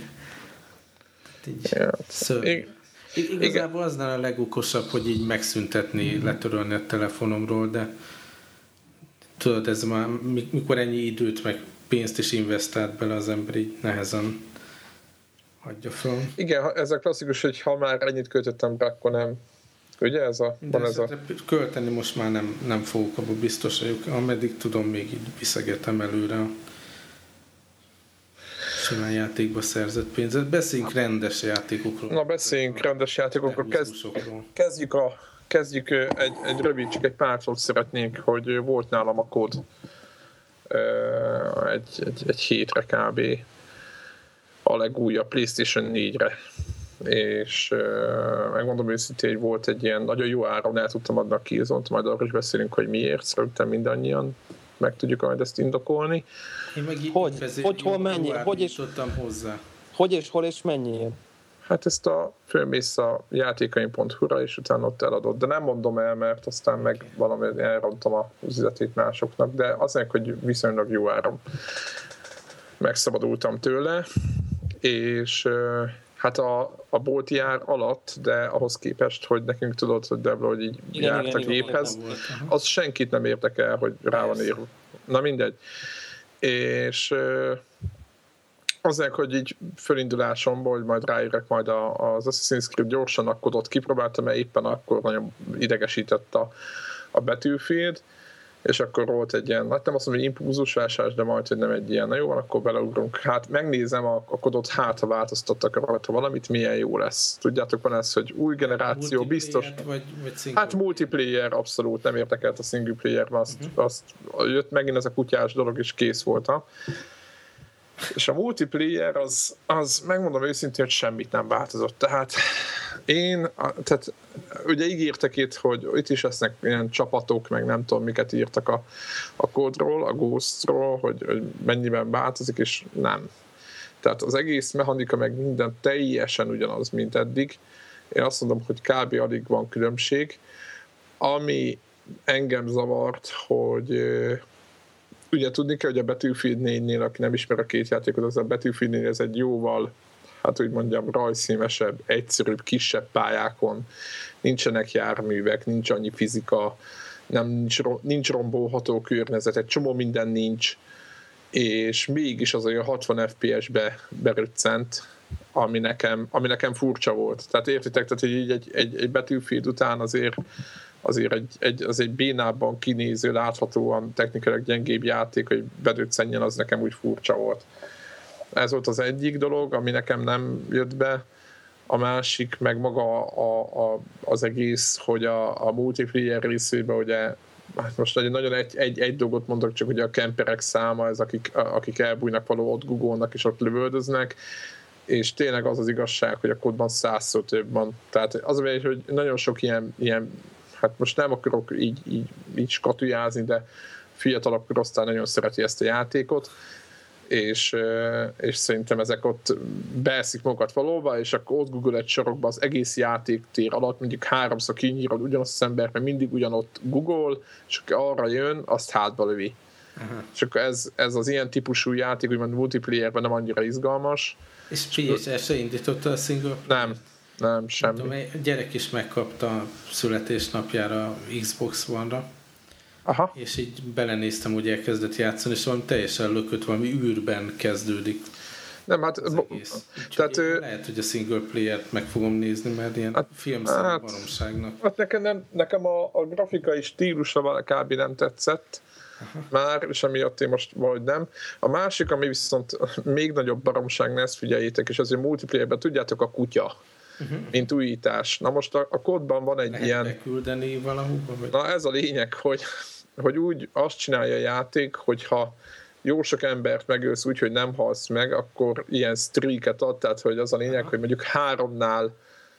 így ja. Ig- igazából az lenne a legokosabb, hogy így megszüntetni, letörölni a telefonomról, de tudod, ez már mikor ennyi időt, meg pénzt is investált bele az ember, így nehezen hagyja fel. Igen, ez a klasszikus, hogy ha már ennyit költöttem rá, akkor nem. Ugye ez a... De van ez a... költeni most már nem, nem fogok, abban biztos vagyok. Ameddig tudom, még így viszegetem előre a simán játékba szerzett pénzet. Beszéljünk rendes játékokról. Na, beszéljünk rendes játékokról. Kezd, kezdjük, a, kezdjük egy, egy rövid, csak egy pár szót szeretnénk, hogy volt nálam a kód egy, egy, egy hétre kb. A legújabb PlayStation négyre. És uh, megmondom őszintén, hogy volt egy ilyen nagyon jó áron, el tudtam adni a Killzone-t, majd arról is beszélünk, hogy miért, szerintem mindannyian meg tudjuk majd ezt indokolni. Én meg így hogy, hogy, hol, mennyi, hogy és, hozzá. Hogy és hol és mennyiért? Hát ezt a fölmész a játékaim pont hu-ra, és utána ott eladod. De nem mondom el, mert aztán meg valami elrontom az üzletét másoknak, de azért, hogy viszonylag jó áron megszabadultam tőle, és uh, hát a, a bolti ár alatt, de ahhoz képest, hogy nekünk tudod, hogy Debra, hogy így igen, járt igen, a géphez, az senkit nem érdekel, hogy rá van írva. Na mindegy. És uh, azért, hogy így fölindulásomból, hogy majd ráérek majd az Assassin's Creed gyorsan, akkor ott kipróbáltam, mert éppen akkor nagyon idegesített a, a Battlefield, és akkor volt egy ilyen, hát nem azt mondom, hogy impulzus vásárlás, de majd, hogy nem egy ilyen, na jó van, akkor beleugrunk. Hát megnézem a, a kodot, hát ha változtattak rajta valamit, milyen jó lesz. Tudjátok, van ez, hogy új generáció, biztos. Vagy, vagy hát multiplayer, abszolút, nem értekelt a single player, azt, uh-huh. azt jött megint ez a kutyás dolog, és kész volt. Ha? És a multiplayer az, az megmondom őszintén, hogy semmit nem változott. Tehát én, tehát ugye ígértek itt, hogy itt is lesznek ilyen csapatok, meg nem tudom, miket írtak a, a kódról, a Ghostról, hogy, hogy mennyiben változik, és nem. Tehát az egész mechanika, meg minden teljesen ugyanaz, mint eddig. Én azt mondom, hogy kb. Alig van különbség. Ami engem zavart, hogy ugye tudni kell, hogy a Battlefield négynél, aki nem ismer a két játékot, az a Battlefield négy, ez egy jóval, hát úgy mondjam, rajzszínesebb, egyszerűbb, kisebb pályákon, nincsenek járművek, nincs annyi fizika, nem, nincs, nincs rombolható környezet, egy csomó minden nincs, és mégis az olyan hatvan ef pé es-be beröccent, ami nekem, ami nekem furcsa volt. Tehát értitek, tehát, hogy így egy, egy, egy Battlefield után azért, azért egy, egy, az egy bénábban kinéző, láthatóan technikailag gyengébb játék, hogy bedöccenjen, az nekem úgy furcsa volt. Ez volt az egyik dolog, ami nekem nem jött be. A másik, meg maga a, a, az egész, hogy a, a multiplayer részében, ugye, hát most nagyon egy, egy, egy dolgot mondok, csak ugye a kemperek száma, ez akik, akik elbújnak való, ott googolnak és ott lövöldöznek, és tényleg az az igazság, hogy a kódban százszor több van. Tehát az a hogy nagyon sok ilyen, ilyen hát most nem akarok így, így, így skatujázni, de fiatalabb korosztály nagyon szereti ezt a játékot, és, és szerintem ezek ott beeszik magukat valóba, és akkor ott Google egy sarokba az egész játéktér alatt mondjuk háromszor kinyírod ugyanazt az embert, mert mindig ugyanott Google, és akkor arra jön, azt hátba lövi. Aha. És akkor ez, ez az ilyen típusú játék, úgymond multiplayerben nem annyira izgalmas. És pé es es-re indította a single? Nem, nem, semmi. Tudom, a gyerek is megkapta a születésnapjára Xbox One-ra. Aha. És így belenéztem, hogy elkezdett játszani, és valami teljesen lökött, valami űrben kezdődik. Nem, hát... Tehát ő... Lehet, hogy a single player-t meg fogom nézni, mert ilyen hát, filmszerű hát, baromságnak. Hát nekem, nem, nekem a, a grafikai stílusa kb. Nem tetszett. Aha. Már, és amiatt én most vagy nem. A másik, ami viszont még nagyobb baromság, ne ezt figyeljétek, és azért multiplayerben tudjátok, a kutya, uh-huh. mint újítás. Na most a, a kódban van egy lehet ilyen... beküldeni valahova? Vagy? Na ez a lényeg, hogy, hogy úgy azt csinálja a játék, hogyha jó sok embert megölsz úgy, hogy nem halsz meg, akkor ilyen streaket ad, tehát hogy az a lényeg, aha. hogy mondjuk háromnál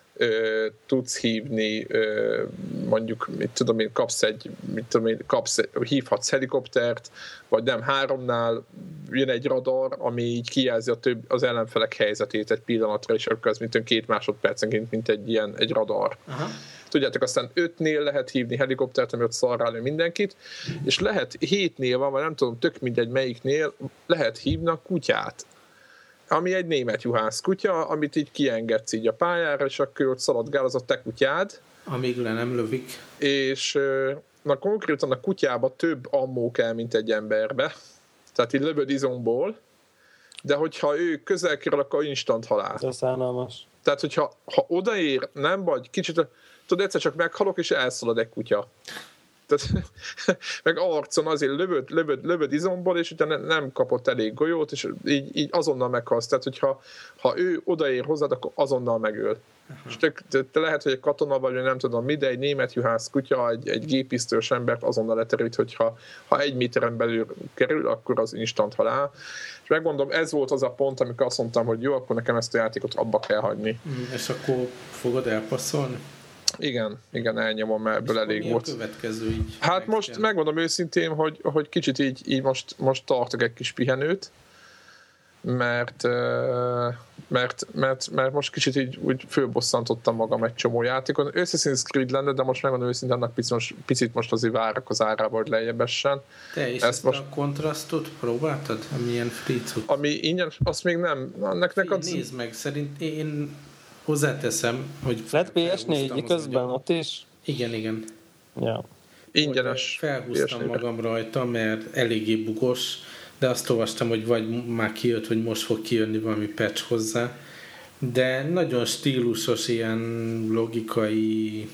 Ö, tudsz hívni, ö, mondjuk, mit tudom én, kapsz egy, mit tudom én, kapsz, hívhatsz helikoptert, vagy nem, háromnál jön egy radar, ami így kijelzi a több, az ellenfelek helyzetét egy pillanatra, és akkor az mint két másodpercenként, mint egy ilyen, egy radar. Aha. Tudjátok, aztán ötnél lehet hívni helikoptert, ami ott szarrálni mindenkit, és lehet hétnél van, vagy nem tudom, tök mindegy melyiknél, lehet hívni a kutyát, ami egy német juhász kutya, amit így kiengedsz így a pályára, és akkor ott szaladgál, az a te kutyád. Amíg le nem lövik. És na konkrétan a kutyába több ammó kell, mint egy emberbe. Tehát így lövöd izomból, de hogyha ő közel kerül, akkor instant halál. Ez szánalmas. Tehát, hogyha ha odaér, nem vagy, kicsit, tudod, egyszer csak meghalok, és elszalad egy kutya. Tehát, meg arcon azért lövöd, lövöd, lövöd izomból, és utána nem kapott elég golyót, és így, így azonnal meghalsz. Tehát, hogyha ha ő odaér hozzád, akkor azonnal megöl. Uh-huh. És te, te, te lehet, hogy egy katona vagy, nem tudom mi, de egy német juhász kutya, egy, egy gépisztős embert azonnal leterít, hogyha ha egy méteren belül kerül, akkor az instant halál. És megmondom, ez volt az a pont, amikor azt mondtam, hogy jó, akkor nekem ezt a játékot abba kell hagyni. Mm, és akkor fogod elpasszolni? Igen, igen, elnyomom, mert ebből elég volt. Következő így hát most kell. Megmondom őszintén, hogy, hogy kicsit így, így most, most tartok egy kis pihenőt, mert, mert, mert, mert most kicsit így úgy fölbosszantottam magam egy csomó játékon. Assassin's Creed lenne, de most megmondom őszintén, annak picit, picit most azért várok az árába, hogy lejjebb essen. Te is ezt most... a kontrasztot próbáltad? Amilyen free cucc? Ami ingyen, azt még nem. Annak Figyelj, az... Nézd meg, szerint én hozzáteszem, hogy... Lett pé es négy közben ott is? Igen, igen. Ja. Ingyenes. Felhúztam magam rajta, mert eléggé bugos, de azt olvastam, hogy vagy már kijött, vagy most fog kijönni valami patch hozzá. De nagyon stílusos, ilyen logikai,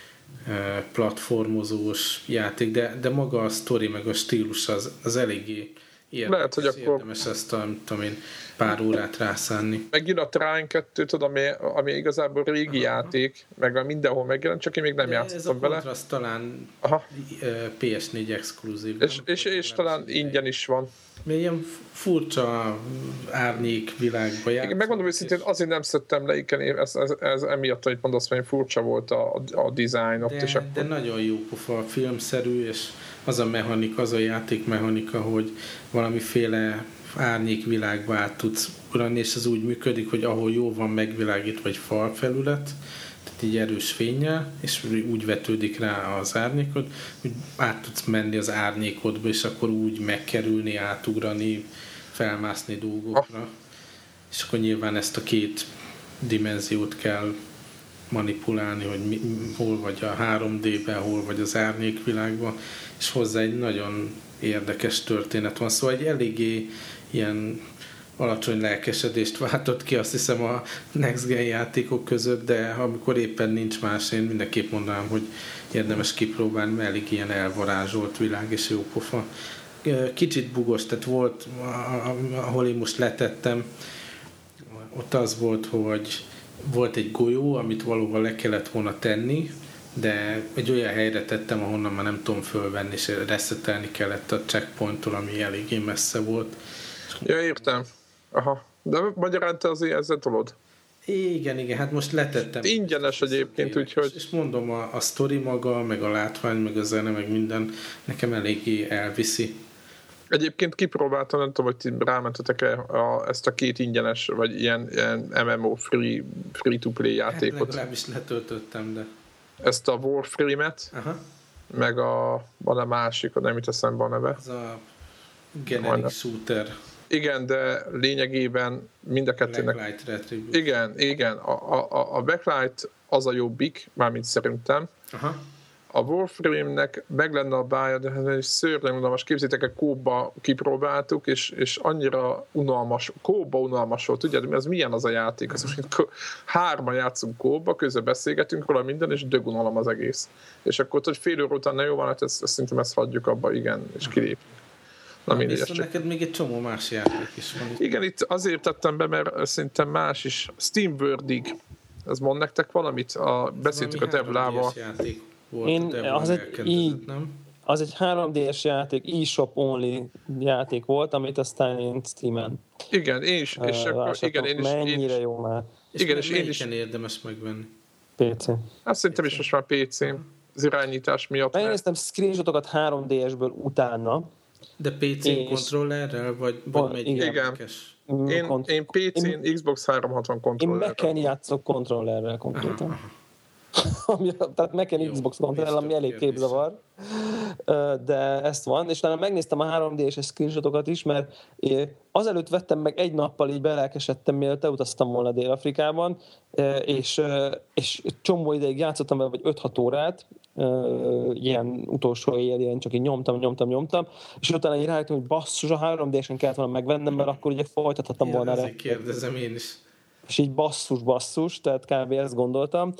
platformozós játék, de, de maga a sztori, meg a stílus az, az eléggé érdekes. Lehet, hogy akkor... Érdemes ezt a, tudom én, pár órát rászánni. Megint a Trine kettő, tudom, ami, ami igazából régi aha. játék, meg mindenhol megjelent, csak én még nem de játszottam vele. Ez a Contrast talán aha. pé es négy exkluzív. És, és, és talán ingyen is van. Még ilyen furcsa árnyék világba játszom. Megmondom őszintén, azért nem szedtem le, ez, ez, ez emiatt, hogy mondasz, hogy furcsa volt a, a design ott. De, és akkor... de nagyon jó pofa, filmszerű, és az a mechanika, az a játékmechanika, hogy valamiféle árnyék világba át tudsz ugrani, és ez úgy működik, hogy ahol jó van megvilágítva egy falfelület, így erős fénnyel, és úgy vetődik rá az árnyékot, hogy át tudsz menni az árnyékodba, és akkor úgy megkerülni, átugrani, felmászni dolgokra. És akkor nyilván ezt a két dimenziót kell manipulálni, hogy mi, hol vagy a három dében, hol vagy az árnyékvilágban, és hozzá egy nagyon érdekes történet van. Szóval egy eléggé ilyen alacsony lelkesedést váltott ki, azt hiszem, a Next Gen játékok között, de amikor éppen nincs más, én mindenképp mondanám, hogy érdemes kipróbálni, mert elég ilyen elvarázsolt világ és jó pofa. Kicsit bugos, tehát volt, ahol én most letettem, ott az volt, hogy volt egy golyó, amit valóban le kellett volna tenni, de egy olyan helyre tettem, ahonnan már nem tudom fölvenni, és reszetelni kellett a checkpointtól, ami eléggé messze volt. Ja, értem. Aha. De magyarán te azért ezzel tolod? Igen, igen, hát most letettem. Ingyenes egyébként, úgyhogy... És mondom, a, a sztori maga, meg a látvány, meg a zene, meg minden nekem eléggé elviszi. Egyébként kipróbáltam, nem tudom, hogy ti rámentetek-e a, ezt a két ingyenes, vagy ilyen, ilyen em em o free, free-to-play játékot. Hát legalábbis letöltöttem, de... Ezt a Warframe-et, aha, meg a... van a másik, nem jut eszembe a neve. Az a generic shooter. Igen, de lényegében mind a kettőnek... Igen, igen. A, a, a Backlight az a jobbik, mármint szerintem. Aha. A Warframe-nek meg lenne a bája, de ez szörnyen unalmas. Képzétek, egy kóba kipróbáltuk, és, és annyira unalmas, kóba unalmas volt. Tudjátok, az milyen az a játék? Az, hárman játszunk kóba, közben beszélgetünk róla minden, és dögunalom az egész. És akkor, hogy fél óra után ne jó van, hát ezt, ezt szerintem ezt hagyjuk abba, igen, és kilépünk. Na, Na viszont csak... neked még egy csomó más játék is van. Itt. Igen, itt azért tettem be, mert szerintem más is. Steam World-ig. Ez mond nektek valamit? A, beszéltük a Devlával. Én, az egy, így, az egy három dés játék, e-shop only játék volt, amit aztán én Steamen igen, én is, és uh, akkor, igen, én is, mennyire én is, jó már. És igen, és én is érdemes megvenni. pé cé. Hát szerintem is most már pé cé az irányítás miatt. Megnéztem mert... screenshotokat három désből utána. De pé cé és... kontrollerrel, vagy, vagy megy érdekes? Én, Kont- én pé cén én, Xbox háromszázhatvan kontrollerrel. Én Mac-en játszok kontrollerrel konkrétan. Ami, tehát Mac-en Xbox kontroller, ami elég képzavar, de ezt van, és talán megnéztem a három dés-es screenshotokat is, mert azelőtt vettem meg egy nappal, így belelkesedtem, mielőtt elutaztam volna Dél-Afrikában, és, és csomó ideig játszottam vele, vagy öt-hat órát, ilyen utolsó éjjel, ilyen csak így nyomtam, nyomtam, nyomtam, és utána így rájöttem, hogy basszus, a három dés-en kellett volna megvennem, mert akkor ugye folytathattam ja, volna. Ezért kérdezem én is. És így basszus, basszus, tehát kb. Ezt gondoltam.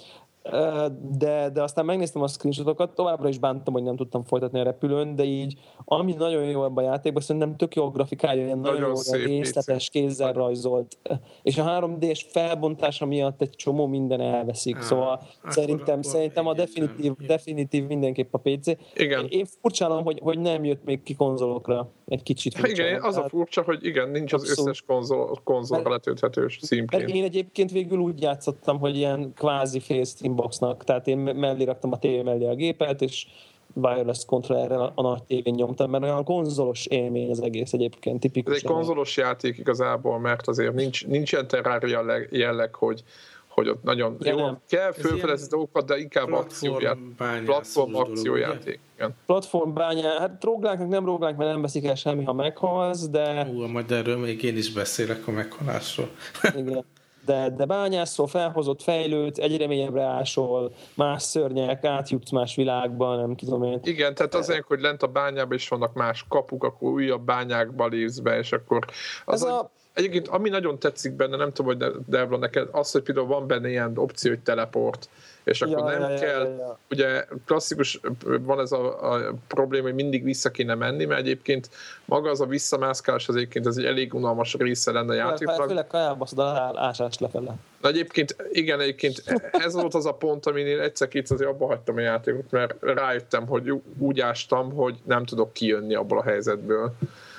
De, de aztán megnéztem a screenshotokat, továbbra is bántam, hogy nem tudtam folytatni a repülőn, de így, ami nagyon jó ebben a játékban, szerintem tök jó a grafikája, ilyen nagyon, nagyon jó, részletes, kézzel rajzolt, és a három dés felbontása miatt egy csomó minden elveszik, ah, szóval akkor, szerintem, akkor szerintem a definitív, definitív mindenképp a pé cé. Igen. Én furcsálom, hogy, hogy nem jött még ki konzolokra, egy kicsit furcsálom. Igen, az a furcsa, hogy igen, nincs az abszolút. Összes konzol, konzolra letölthetős címként. Én egyébként végül úgy játszottam, hogy ilyen kvázi fél Steamboxnak, tehát én mellé raktam a tévé mellé a gépet, és wireless kontrollerrel a nagy tévén nyomtam, mert olyan konzolos élmény az egész egyébként, tipikus. Ez egy konzolos játék igazából, mert azért nincs, nincs ilyen Terraria jelleg, hogy, hogy ott nagyon ja, jó, kell fölfedezni dolgokat, de inkább akciójáték. Platform akciójáték. Platform bányá, hát róglánk, nem róglánk, mert nem veszik el semmi, ha meghalsz, de... Hú, majd erről még én is beszélek a meghalásról. Igen. De, de bányászol, felhozott, fejlődsz, egyre mélyebbre ásol, más szörnyek, átjutsz más világba, nem tudom én. Igen, tehát azért, hogy lent a bányában is vannak más kapuk, akkor újabb bányákba lépsz be, és akkor... Az a... A... Egyébként, ami nagyon tetszik benne, nem tudom, hogy Devla neked, az, hogy például van benne ilyen opció, hogy teleport, és akkor ja, nem ja, kell, ja, ja. Ugye klasszikus, van ez a, a probléma, hogy mindig vissza kéne menni, mert egyébként maga az a visszamászkálás az egyébként ez egy elég unalmas része lenne a játéknak. Főleg kajálbaszod az ásás lefele. De egyébként, igen, egyébként ez volt az a pont, aminél egyszer-kétszer azért abba hagytam a játékot, mert rájöttem, hogy úgy ástam, hogy nem tudok kijönni abból a helyzetből.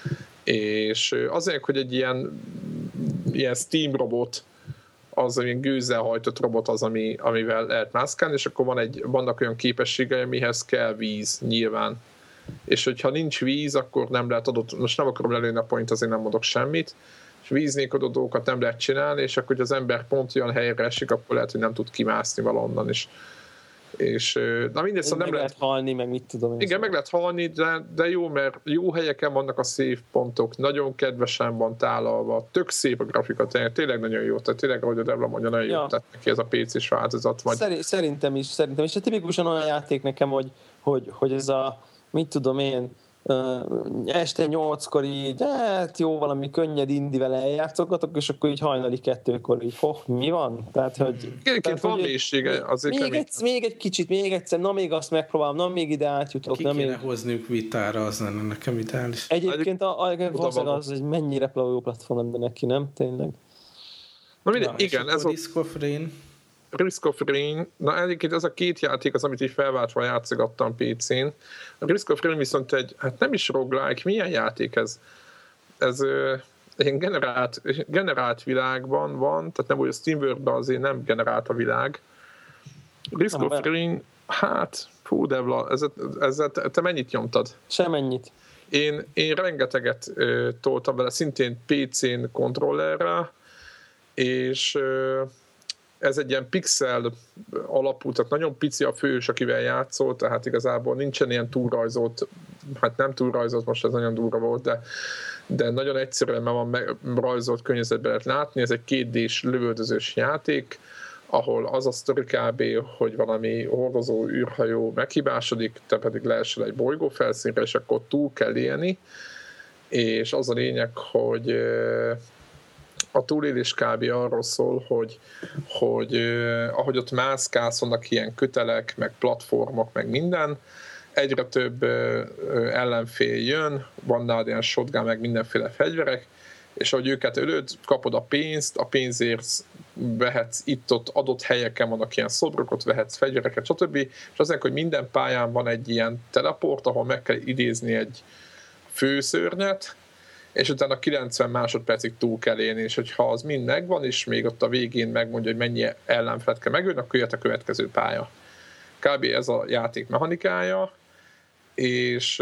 És azért, hogy egy ilyen, ilyen Steam robot, az ilyen gőzzel hajtott robot az, ami, amivel lehet mászkálni, és akkor van egy, vannak olyan képességei, amihez kell víz, nyilván. És hogyha nincs víz, akkor nem lehet adott, most nem akarom lelőni a point, azért nem mondok semmit, és víznékodó dolgokat nem lehet csinálni, és akkor, hogy az ember pont olyan helyre esik, akkor lehet, hogy nem tud kimászni valonnan is. És na mindegy, szóval nem meg lehet halni, meg mit tudom én. Igen, meg lehet halni, de, de jó, mert jó helyeken vannak a szép pontok, nagyon kedvesen van tálalva, tök szép a grafika, tényleg nagyon jó, tehát tényleg, ahogy a Devla mondja, nagyon ja. jó tett neki ez a pé cés változat. Majd... Szerintem is, szerintem is. Tipikusan olyan játék nekem, hogy, hogy, hogy ez a, mit tudom én, este nyolckor így, hát jó, valami könnyed indivel eljátszogatok, és akkor így hajnali kettőkor így, hoh, mi van? Tehát, hogy... Egyébként van mélysége azért. Még egy, még egy kicsit, még egyszer, na még azt megpróbálom, na még ide átjutok. Ki na kéne még... hozniuk vitára, az lenne nekem ideális. Egyébként a, a, valószínűleg az, hogy mennyire jó platform lenne neki, nem? Tényleg. Na mindegy, igen, ez a... Risk of Rain. Risk of Rain, na egyébként ez a két játék az, amit így felváltva játszogattam pé cén. A Risk of Rain viszont egy, hát nem is roguelike, milyen játék ez? Ez ö, egy generált, generált világban van, tehát nem úgy a SteamWorld-ben azért nem generált a világ. Risk nem, of Rain, hát, fú, Devla, ezzel, ezzel te, te mennyit nyomtad? Semennyit. Én, én rengeteget ö, toltam vele, szintén pé cén kontrollerrel, és... Ö, ez egy ilyen pixel alapú, tehát nagyon pici a fős, akivel játszol, tehát igazából nincsen ilyen túlrajzolt, hát nem túlrajzolt, most ez nagyon durva volt, de, de nagyon egyszerűen van rajzolt környezetben lehet látni. Ez egy kétdés lövöldözős játék, ahol az a sztori kb., hogy valami hordozó űrhajó meghibásodik, te pedig leesel egy bolygó felszínre, és akkor túl kell élni, és az a lényeg, hogy a túlélés kb. Arról szól, hogy, hogy eh, ahogy ott mászkálsz, vannak ilyen kötelek, meg platformok, meg minden, egyre több eh, ellenfél jön, van nálad ilyen shotgun, meg mindenféle fegyverek, és ahogy őket ölöd, kapod a pénzt, a pénzért vehetsz itt-ott adott helyeken, vannak ilyen szobrok, ott vehetsz fegyvereket, stb. És azért, hogy minden pályán van egy ilyen teleport, ahol meg kell idézni egy főszörnyet, és utána kilencven másodpercig túl kell élni, és hogyha az mind megvan, és még ott a végén megmondja, hogy mennyi ellenfelet kell megölni, akkor jött a következő pálya. Kb. Ez a játék mechanikája, és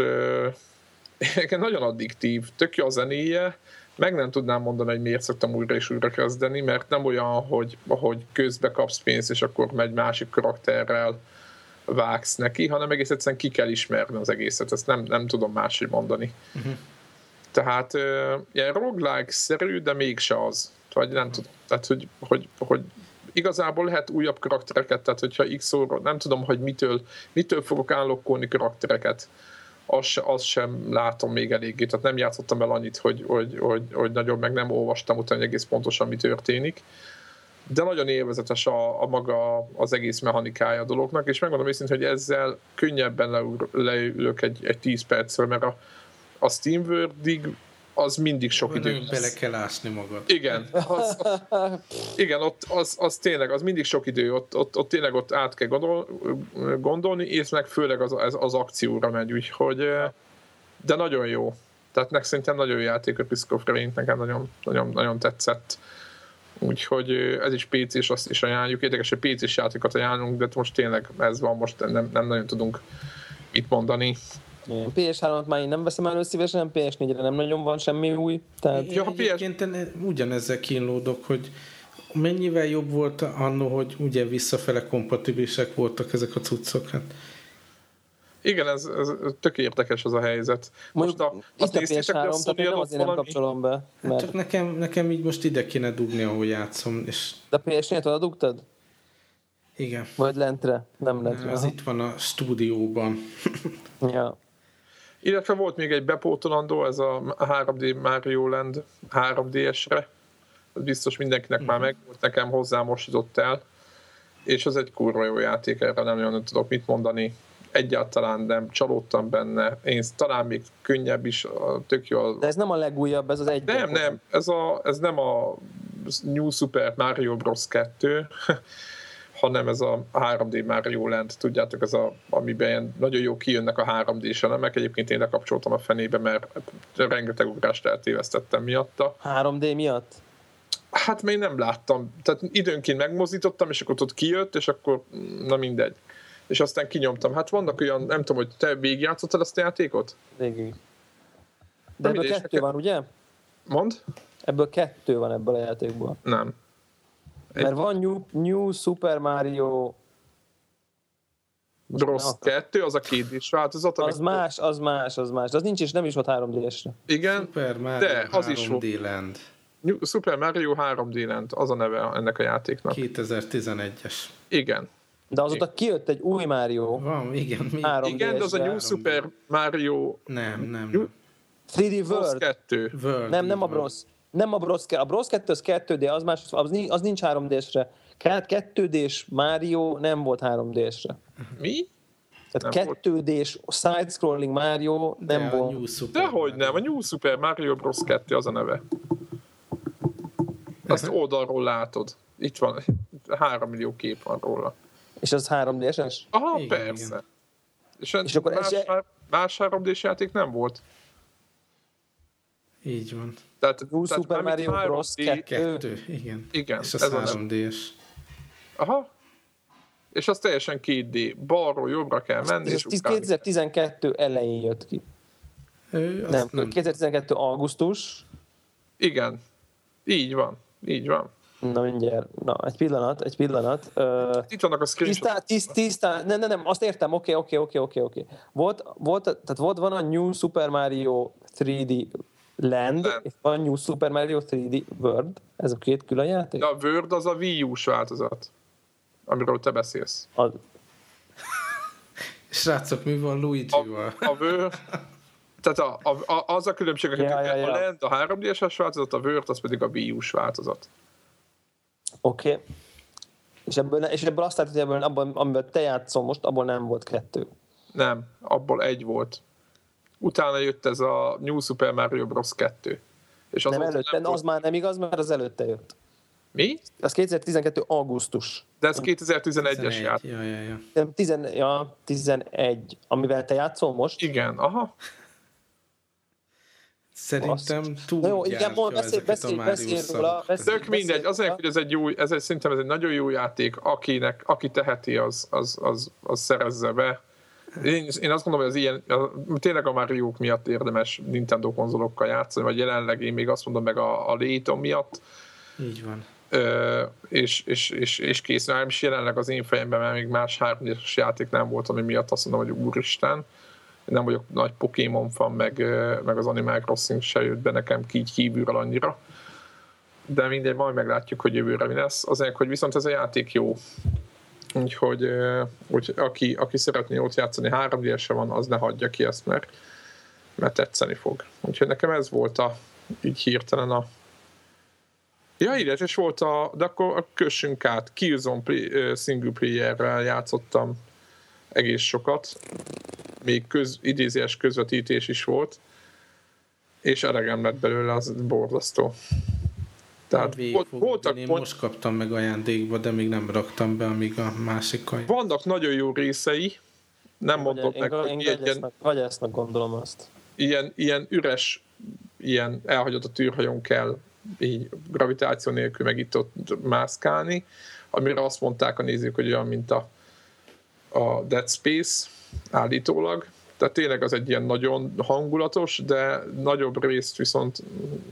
uh, nagyon addiktív, tök jó a zenéje, meg nem tudnám mondani, hogy miért szoktam újra és újra kezdeni, mert nem olyan, hogy, hogy közbe kapsz pénzt, és akkor megy másik karakterrel vágsz neki, hanem egész egyszerűen ki kell ismerni az egészet, ezt nem, nem tudom máshogy mondani. Uh-huh. Tehát uh, ilyen roguelike-szerű, de mégse az. Vagy nem tudom. Tehát, hogy, hogy, hogy igazából lehet újabb karaktereket, tehát hogyha X óra, nem tudom, hogy mitől, mitől fogok állokkolni karaktereket. Azt, azt sem látom még eléggé. Tehát nem játszottam el annyit, hogy, hogy, hogy, hogy nagyon meg nem olvastam utána egész pontosan, mi történik. De nagyon élvezetes a, a maga az egész mechanikája a dolognak, és megmondom őszintén, hogy ezzel könnyebben leül, leülök egy, egy tíz percről, mert a a SteamWorld-ig az mindig sok idő lesz. Bele kell ásni magad. Igen, az, az, igen ott az, az tényleg, az mindig sok idő, ott, ott, ott tényleg ott át kell gondol, gondolni, és meg főleg az, az, az akcióra megy, úgyhogy de nagyon jó. Tehát nek szerintem nagyon jó játék a Risk of Rain, nekem nagyon, nagyon, nagyon tetszett. Úgyhogy ez is pé cés, azt is ajánljuk. Érdekes, hogy pé cés játékokat ajánlunk, de most tényleg ez van, most nem, nem nagyon tudunk mit mondani. pé es hármat már én nem veszem elő szívesen, pé es négyre nem nagyon van semmi új. Tehát... Ja, egyébként ugyanezzel kínlódok, hogy mennyivel jobb volt annó, hogy ugye visszafele kompatibilisek voltak ezek a cuccok. Hát. Igen, ez, ez tök érdekes az a helyzet. Most a, azt a pé es három, tehát én nem azért nem kapcsolom be. Mert... Hát csak nekem, nekem így most ide kéne dugni, ahol játszom. És... De a pé es négyet oda dugtad? Igen. Vagy lentre? Nem lentre. Ez itt van a stúdióban. Ja. Illetve volt még egy bepótolandó, ez a három dé Mario Land három dé esre. Ez biztos mindenkinek uh-huh. már meg volt, nekem hozzá most jutott el. És az egy kurva jó játék, erre nem nagyon tudok mit mondani. Egyáltalán nem, csalódtam benne. Én talán még könnyebb is, tök jó. De ez nem a legújabb, ez az egy. Nem, nem, ez, a, ez nem a New Super Mario Bros. kettő, hanem ez a három dé Mario Land, tudjátok, ez a, amiben nagyon jó kijönnek a három dés elemek. Egyébként én lekapcsoltam a fenébe, mert rengeteg ugrást eltévesztettem miatta. három dé miatt? Hát még nem láttam. Tehát időnként megmozdítottam, és akkor ott kijött, és akkor na mindegy. És aztán kinyomtam. Hát vannak olyan, nem tudom, hogy te végigjátszottad azt a játékot? Végig. De ebből kettő van, ugye? Mondd? Ebből kettő van ebből a játékból. Nem. Egy... Mert van New, New Super Mario Bros. kettő, az a kétdés változat. Az más, az más, az más. De az nincs és nem is volt három dé-esre. Igen, Super Mario de az is három dé Land. Super Mario három dé Land, az a neve ennek a játéknak. kétezer-tizenegyes. Igen. De azóta kijött egy új Mario. Van, igen. Mi? Igen, de az a New Super Mario... Nem, nem. New... három dé Bros. World. kettő. World, nem, nem a Bros. Nem a Bros. A Bros. kettő az kettő dé, az, más, az nincs három dé-esre. kettő dés Mario nem volt három dé-esre. Mi? Tehát kettő dés side-scrolling Mario nem de volt. Dehogy nem, a New Super Mario Bros. kettő az a neve. Azt oldalról látod. Itt van, három millió kép van róla. És az három dé-es? Aha, igen, persze. Igen. És, és akkor más, ez e... más három dés játék nem volt. Így van. Tehát, New tehát Super Mario Bros. kettő. kettő. Igen. Igen. És az három dés. Aha. És az teljesen két dé. Balról jobbra kell menni. Ez kétezer-tizenkettő elején jött ki. Ő, nem, nem, kétezer-tizenkettő augusztus. Igen. Így van. Így van. Na mindjárt. Na, egy pillanat, egy pillanat. Uh, Itt vannak a screenshotok. Tisztán, tisztán, nem, nem, nem, azt értem, oké, oké, oké, oké, oké. Volt, volt, tehát volt, van a New Super Mario három dé Land, Land. és van New Super Mario három dé World. Ez a két külön játék? De a World az a Wii U-s változat, amiről te beszélsz. A... Srácok, mi van Luigi-val? A, a World... Tehát a, a, a, az a különbség, hogy ja, ja, ja. a Land a három dé-es változat, a World az pedig a Wii U-s változat. Oké. Okay. És ebből, és ebből azt látod, hogy ebből, abban, amiben te játszol most, abból nem volt kettő. Nem, abból egy volt. Utána jött ez a New Super Mario Bros. kettő. És az nem előtte, nem az volt... már nem igaz, mert az előtte jött. Mi? Az kétezer-tizenkettő augusztus. De ez kétezer-tizenegyes játék. Ja, ja, ja. Nem, tizen, ja, tizenegy. Amivel te játszol most? Igen, aha. Szerintem túl jó, igen, mond, beszél, beszél, beszél róla. Tök mindegy, azért, hogy ez egy jó, ez egy, szerintem ez egy nagyon jó játék, akinek, aki teheti, az, az, az, az szerezze be. Én, én azt gondolom, hogy az ilyen, tényleg a Mario-k miatt érdemes Nintendo konzolokkal játszani, vagy jelenleg én még azt mondom meg a, a Layton miatt. Így van. Ö, és, és, és, és kész. Nem is jelenleg az én fejemben, mert még más három dés játék nem volt, ami miatt azt mondom, hogy úristen. Nem vagyok nagy Pokémon fan, meg, meg az Animal Crossing se jött be nekem így kívülről annyira. De mindegy, majd meglátjuk, hogy jövőre mi lesz. Azért, hogy viszont ez a játék jó. Úgyhogy, úgy, aki, aki szeretné ott játszani, három dé-ese van, az ne hagyja ki ezt, mert, mert tetszeni fog. Úgyhogy nekem ez volt a, így hirtelen a... Ja, illetve és volt a... De akkor kössünk át. Killzone play, single player-rel játszottam egész sokat. Még köz, idézés közvetítés is volt. És elegem lett belőle, az borzasztó. Tehát volt, voltak én pont... most kaptam meg ajándékba, de még nem raktam be, amíg a másikkal. Vannak nagyon jó részei, nem mondom meg, hogy ilyen... Vagy ezt gondolom azt. Ilyen, ilyen üres, ilyen elhagyott a tűrhajón kell így gravitáció nélkül meg itt ott mászkálni, amire azt mondták a nézők, hogy olyan, mint a, a Dead Space állítólag. Tehát tényleg az egy ilyen nagyon hangulatos, de nagyobb részt viszont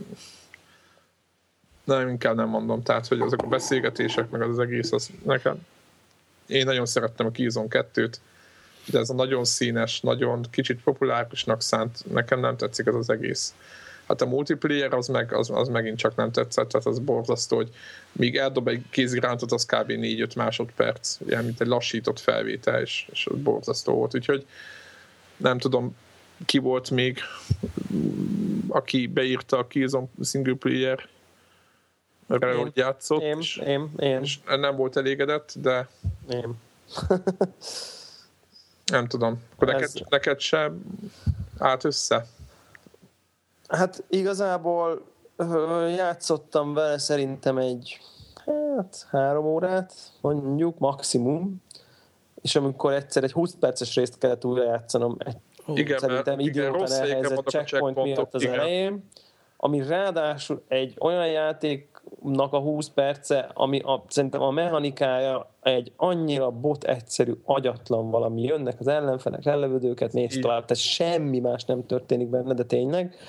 nem, inkább nem mondom. Tehát, hogy azok a beszélgetések, meg az, az egész, az nekem... Én nagyon szerettem a Killzone kettőt, de ez a nagyon színes, nagyon kicsit populárisnak szánt, nekem nem tetszik ez az egész. Hát a multiplayer az, meg, az, az megint csak nem tetszett, tehát az borzasztó, hogy míg eldob egy kézirántot, az kb. négy-öt másodperc, ilyen mint egy lassított felvétel, és, és az borzasztó volt. Úgyhogy nem tudom, ki volt még, aki beírta a Killzone single player erre, hogy játszott, én, és, én, én. és nem volt elégedett, de én. nem tudom. Akkor neked, neked se állt össze? Hát igazából játszottam vele szerintem egy hát három órát, mondjuk maximum, és amikor egyszer egy húsz perces részt kellett újra játszanom, egy, igen, szerintem idióta elhelyezett checkpoint miatt az igen. elején, ami ráadásul egy olyan játéknak a húsz perce, ami a, szerintem a mechanikája egy annyira bot egyszerű, agyatlan valami. Jönnek az ellenfelek, lelövöd őket, mész tovább, tehát semmi más nem történik benne, de tényleg.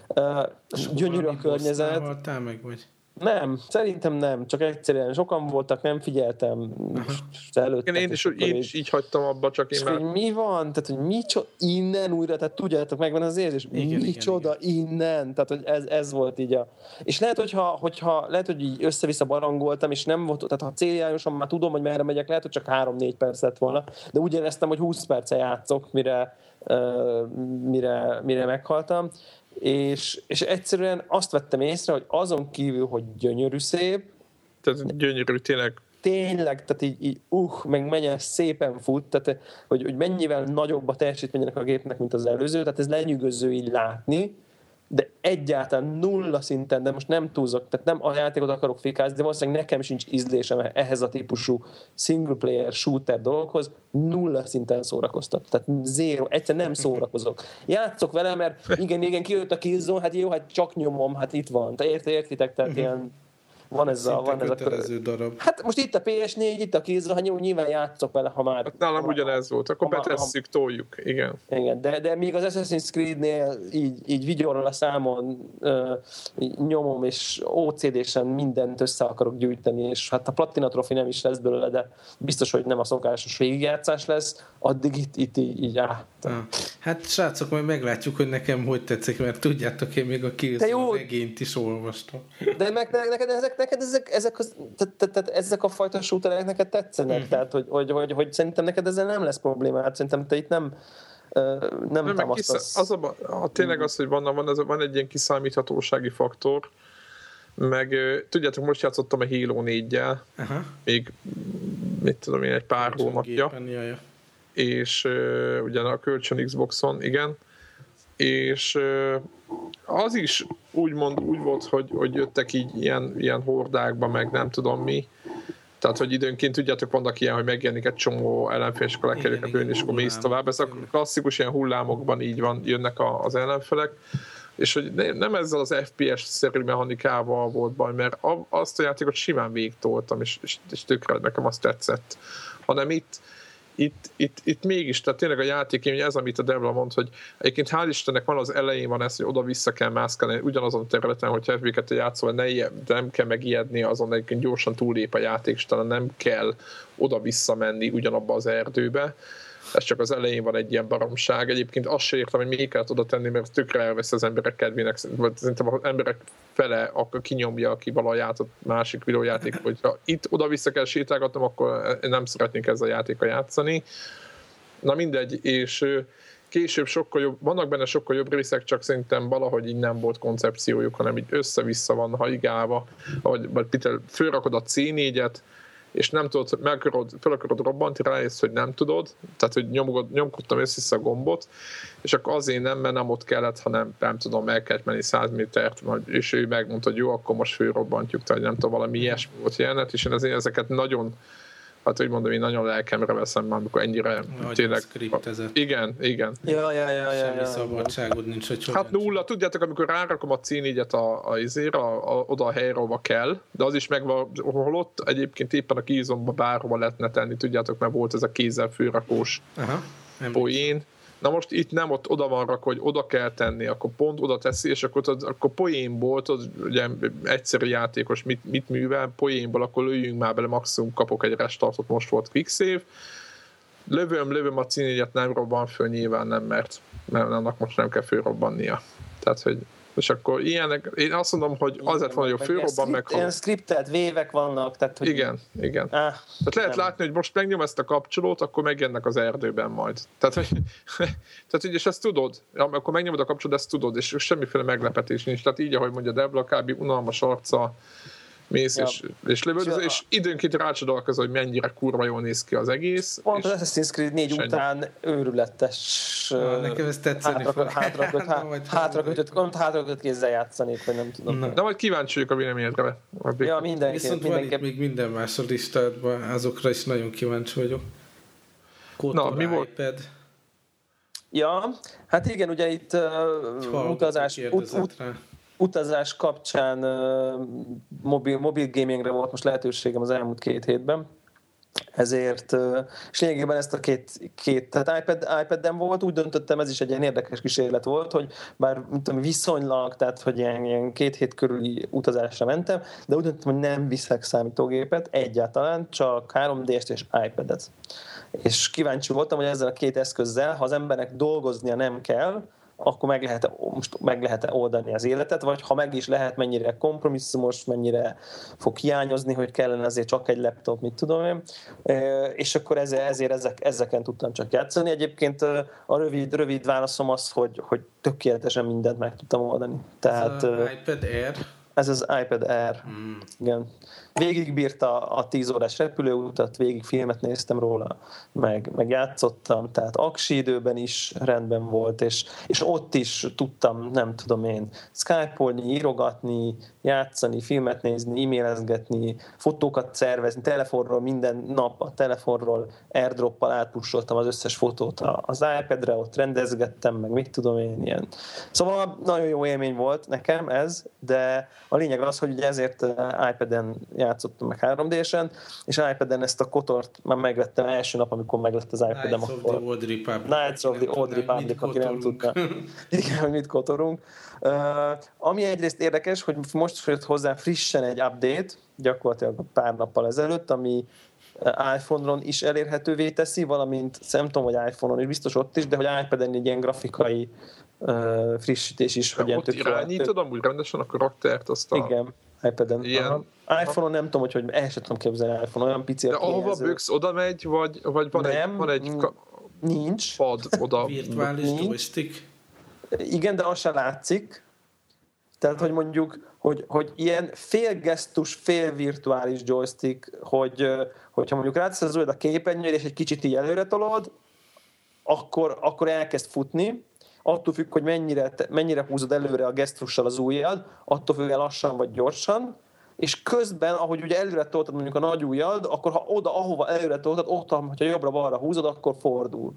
Uh, gyönyörű a környezet. Haltál meg, vagy? Nem, szerintem nem, csak egyszerűen sokan voltak, nem figyeltem előtte. Én is, én is így hagytam abba, csak én és már... mi van? Tehát, hogy micsoda innen újra, tehát tudjátok, megvan az érzés, igen, micsoda igen, igen. innen, tehát, hogy ez, ez volt így a... És lehet, hogyha, hogyha lehet, hogy így össze-vissza barangoltam, és nem volt, tehát ha célirányosan már tudom, hogy merre megyek, lehet, hogy csak három-négy perc lett volna, de úgy éreztem, hogy húsz perce játszok, mire, uh, mire, mire meghaltam. És, és egyszerűen azt vettem észre, hogy azon kívül, hogy gyönyörű szép. Tehát gyönyörű, tényleg. Tényleg, tehát így, így uh, meg menjen szépen fut, tehát hogy, hogy mennyivel nagyobb a teljesítménynek a gépnek, mint az előző, tehát ez lenyűgöző így látni, de egyáltalán nulla szinten, de most nem túlzok, tehát nem a játékot akarok fikázni, de valószínűleg nekem sincs ízlésem ehhez a típusú single player shooter dologhoz, nulla szinten szórakoztat. Tehát zéro, egyszerűen nem szórakozok. Játszok vele, mert igen, igen, kijött a Killzone, hát jó, hát csak nyomom, hát itt van. Te érte, értitek, tehát ilyen van ez a... Van ez a darab. Hát most itt a pé es négy, itt a Killzone, hát jó, nyilván játszok vele, ha már... Hát nálam ugyanez volt, akkor betesszük, toljuk, igen. Igen, de, de még az Assassin's Creed-nél így, így vigyorral a számon uh, nyomom, és ó cé dé-sen mindent össze akarok gyűjteni, és hát a Platina Trophy nem is lesz belőle, de biztos, hogy nem a szokásos végigjátszás lesz, addig itt, itt így, így áh. Ah. Hát srácok, majd meglátjuk, hogy nekem hogy tetszik, mert tudjátok, én még a Killzone regényt is olvastam. De meg neked ezek neked ezek, ezek, az, te, te, te, ezek a fajta shooterek neked tetszenek, mm. tehát hogy, hogy, hogy, hogy szerintem neked ezzel nem lesz probléma, hát szerintem te itt nem nem, nem támasztasz. Az a, a, tényleg az, hogy van, van, ez, van egy ilyen kiszámíthatósági faktor, meg tudjátok, most játszottam a Halo négyel, uh-huh. még mit tudom én, egy pár kölcsön hónapja, gépen, és uh, ugyan a kölcsön Xboxon, igen, és uh, az is úgymond úgy volt, hogy, hogy jöttek így ilyen, ilyen hordákba, meg nem tudom mi. Tehát, hogy időnként tudjátok, vannak ilyen, hogy megjelenik egy csomó ellenfél, és akkor le kell őket lőni, és akkor mész tovább. Ez a klasszikus ilyen hullámokban így van, jönnek a, az ellenfelek. És hogy nem ezzel az ef pé es-szerű mechanikával volt baj, mert azt a játékot simán végigtoltam, és, és, és tökre nekem azt tetszett. Hanem itt Itt, itt, itt mégis, tehát tényleg a játék, ez, amit a Devla mond, hogy egyébként hál' Istennek van az elején van ez, hogy oda-vissza kell mászkálni ugyanazon a területen, hogyha ef bé kettő játszol, ne, nem kell megijedni, azon egyébként gyorsan túllép a játék, és talán nem kell oda-vissza menni ugyanabba az erdőbe. Ez csak az elején van egy ilyen baromság. Egyébként azt se értem, hogy még kellett oda tenni, mert tökre elvesz az emberek kedvének. Szerintem az emberek fele akkor kinyomja, aki valaha játszott másik videójáték, hogy ha itt oda-vissza kell sétálgatnom, akkor nem szeretnék ezzel a játékkal játszani. Na mindegy, és később sokkal jobb, vannak benne sokkal jobb részek, csak szerintem valahogy így nem volt koncepciójuk, hanem így össze-vissza van haigálva, vagy például fölrakod a cé négyet, és nem tudod, meg akarod, fel akarod robbantni, rájössz, hogy nem tudod, tehát, hogy nyomgod, nyomkodtam össze a gombot, és akkor azért nem, mert nem ott kellett, hanem nem tudom, el kellett menni száz métert, és ő megmondta, hogy jó, akkor most fölrobbantjuk, tehát nem tudom, valami ilyesmi volt jelenet, és én azért ezeket nagyon, hát úgy mondom, én nagyon lelkemre veszem már, amikor ennyire nagy tényleg... Skriptezett. Igen, igen. Ja, ja, ja, ja, Semmi ja, szabadságod nincs, hogy hát nulla, tudjátok, amikor rárakom a cé négyet a, a izére, a, a, oda a helyre, ahova kell, de az is megvan, holott egyébként éppen a Killzone-ba bárhova lehetne tenni, tudjátok, mert volt ez a kézzel főrakós poén. Na most itt nem, ott oda van rakva, hogy oda kell tenni, akkor pont oda teszi, és akkor, az, akkor poénból, az ugye egyszerű játékos mit, mit művel, poénból, akkor lőjünk már bele, maximum kapok egy restartot, most volt quick save. Lövöm, lövöm a cé négyet, nem robban föl, nyilván nem, mert, mert annak most nem kell fölrobbannia. Tehát, hogy és akkor ilyenek, én azt mondom, hogy azért van, hogy a fölrobban meg... Ilyen skriptelt vévek vannak, tehát... Hogy igen, igen. Ah, tehát lehet nem. látni, hogy most megnyom ezt a kapcsolót, akkor megjönnek az erdőben majd. Tehát, hogy, tehát így, és ezt tudod, akkor megnyomod a kapcsolót, ezt tudod, és semmiféle meglepetés nincs. Tehát így, ahogy mondja Debla, kb. Unalmas arca, mész, ja. és, és lövöldöz, és időnként rácsodálkozol, hogy mennyire kurva jól néz ki az egész. Pont az Assassin's Creed négy után őrületes... Ah, nekem ez tetszeni fog. Hátrakötött kézzel játszanék, vagy nem tudom. Na, de majd kíváncsi vagyok a véleményedre. Ja, mindenki. Viszont mindenki. Van itt még minden más a listádban, azokra is nagyon kíváncsi vagyok. Kotor, Na, mi volt? iPad. Ja, hát igen, ugye itt uh, utazás... Ut, ut, utazás kapcsán uh, mobil, mobil gamingre volt most lehetőségem az elmúlt két hétben, Ezért, és lényegében ezt a két, két tehát iPad, iPad-en volt, úgy döntöttem, ez is egy ilyen érdekes kísérlet volt, hogy bár tudom, viszonylag, tehát hogy ilyen, ilyen két hét körüli utazásra mentem, de úgy döntöttem, hogy nem viszek számítógépet egyáltalán, csak három dé-est és iPad-et. És kíváncsi voltam, hogy ezzel a két eszközzel, ha az embernek dolgoznia nem kell, akkor meg lehet, most meg lehet oldani az életet, vagy ha meg is lehet, mennyire kompromisszumos, mennyire fog hiányozni, hogy kellene azért csak egy laptop, mit tudom én. És akkor ezért, ezért ezek, ezeken tudtam csak játszani. Egyébként a rövid, rövid válaszom az, hogy, hogy tökéletesen mindent meg tudtam oldani. Tehát, ez az iPad Air? Ez az iPad Air. Mm. Igen. Végigbírta a tíz órás repülőutat, végig filmet néztem róla, meg, meg játszottam, tehát aksi időben is rendben volt, és, és ott is tudtam, nem tudom én, skype-olni, írogatni, játszani, filmet nézni, e-mailezgetni, fotókat szervezni, telefonról minden nap a telefonról airdroppal átpussoltam az összes fotót az iPad-re, ott rendezgettem, meg mit tudom én, ilyen. Szóval nagyon jó élmény volt nekem ez, de a lényeg az, hogy ugye ezért iPad-en játszottam meg három dé-sen, és iPad-en ezt a Kotort már megvettem első nap, amikor meglett az iPad-em. Knights of the Old Republic. Knights of the Old Republic, aki nem tudta. Igen, hogy mit kotorunk. Uh, ami egyrészt érdekes, hogy most jött hozzá frissen egy update, gyakorlatilag pár nappal ezelőtt, ami iPhone-on is elérhetővé teszi, valamint nem tudom, hogy iPhone-on is, biztos ott is, de hogy iPad-en egy ilyen grafikai uh, frissítés is. Hogy ott irányítod amúgy rendesen a karaktert, azt a... Igen, iPad-en. Ilyen... iPhone-on nem tudom, hogy, hogy el sem tudom képzelni iPhone, olyan pici a kijelző. De ahova böksz, oda megy, vagy, vagy van, nem, egy, van egy nincs. pad oda? Virtuális joystick? Igen, de az se látszik. Tehát, hogy mondjuk, hogy, hogy ilyen félgesztus, fél virtuális joystick, hogy, hogyha mondjuk ráteszed az ujjad a képernyőre, és egy kicsit így előre tolod, akkor, akkor elkezd futni. Attól függ, hogy mennyire, mennyire húzod előre a gesztussal az ujjad, attól függ, lassan vagy gyorsan, és közben, ahogy ugye előre toltad mondjuk a nagy ujjad, akkor ha oda, ahova előre toltad, ott, hogyha jobbra-balra húzod, akkor fordul.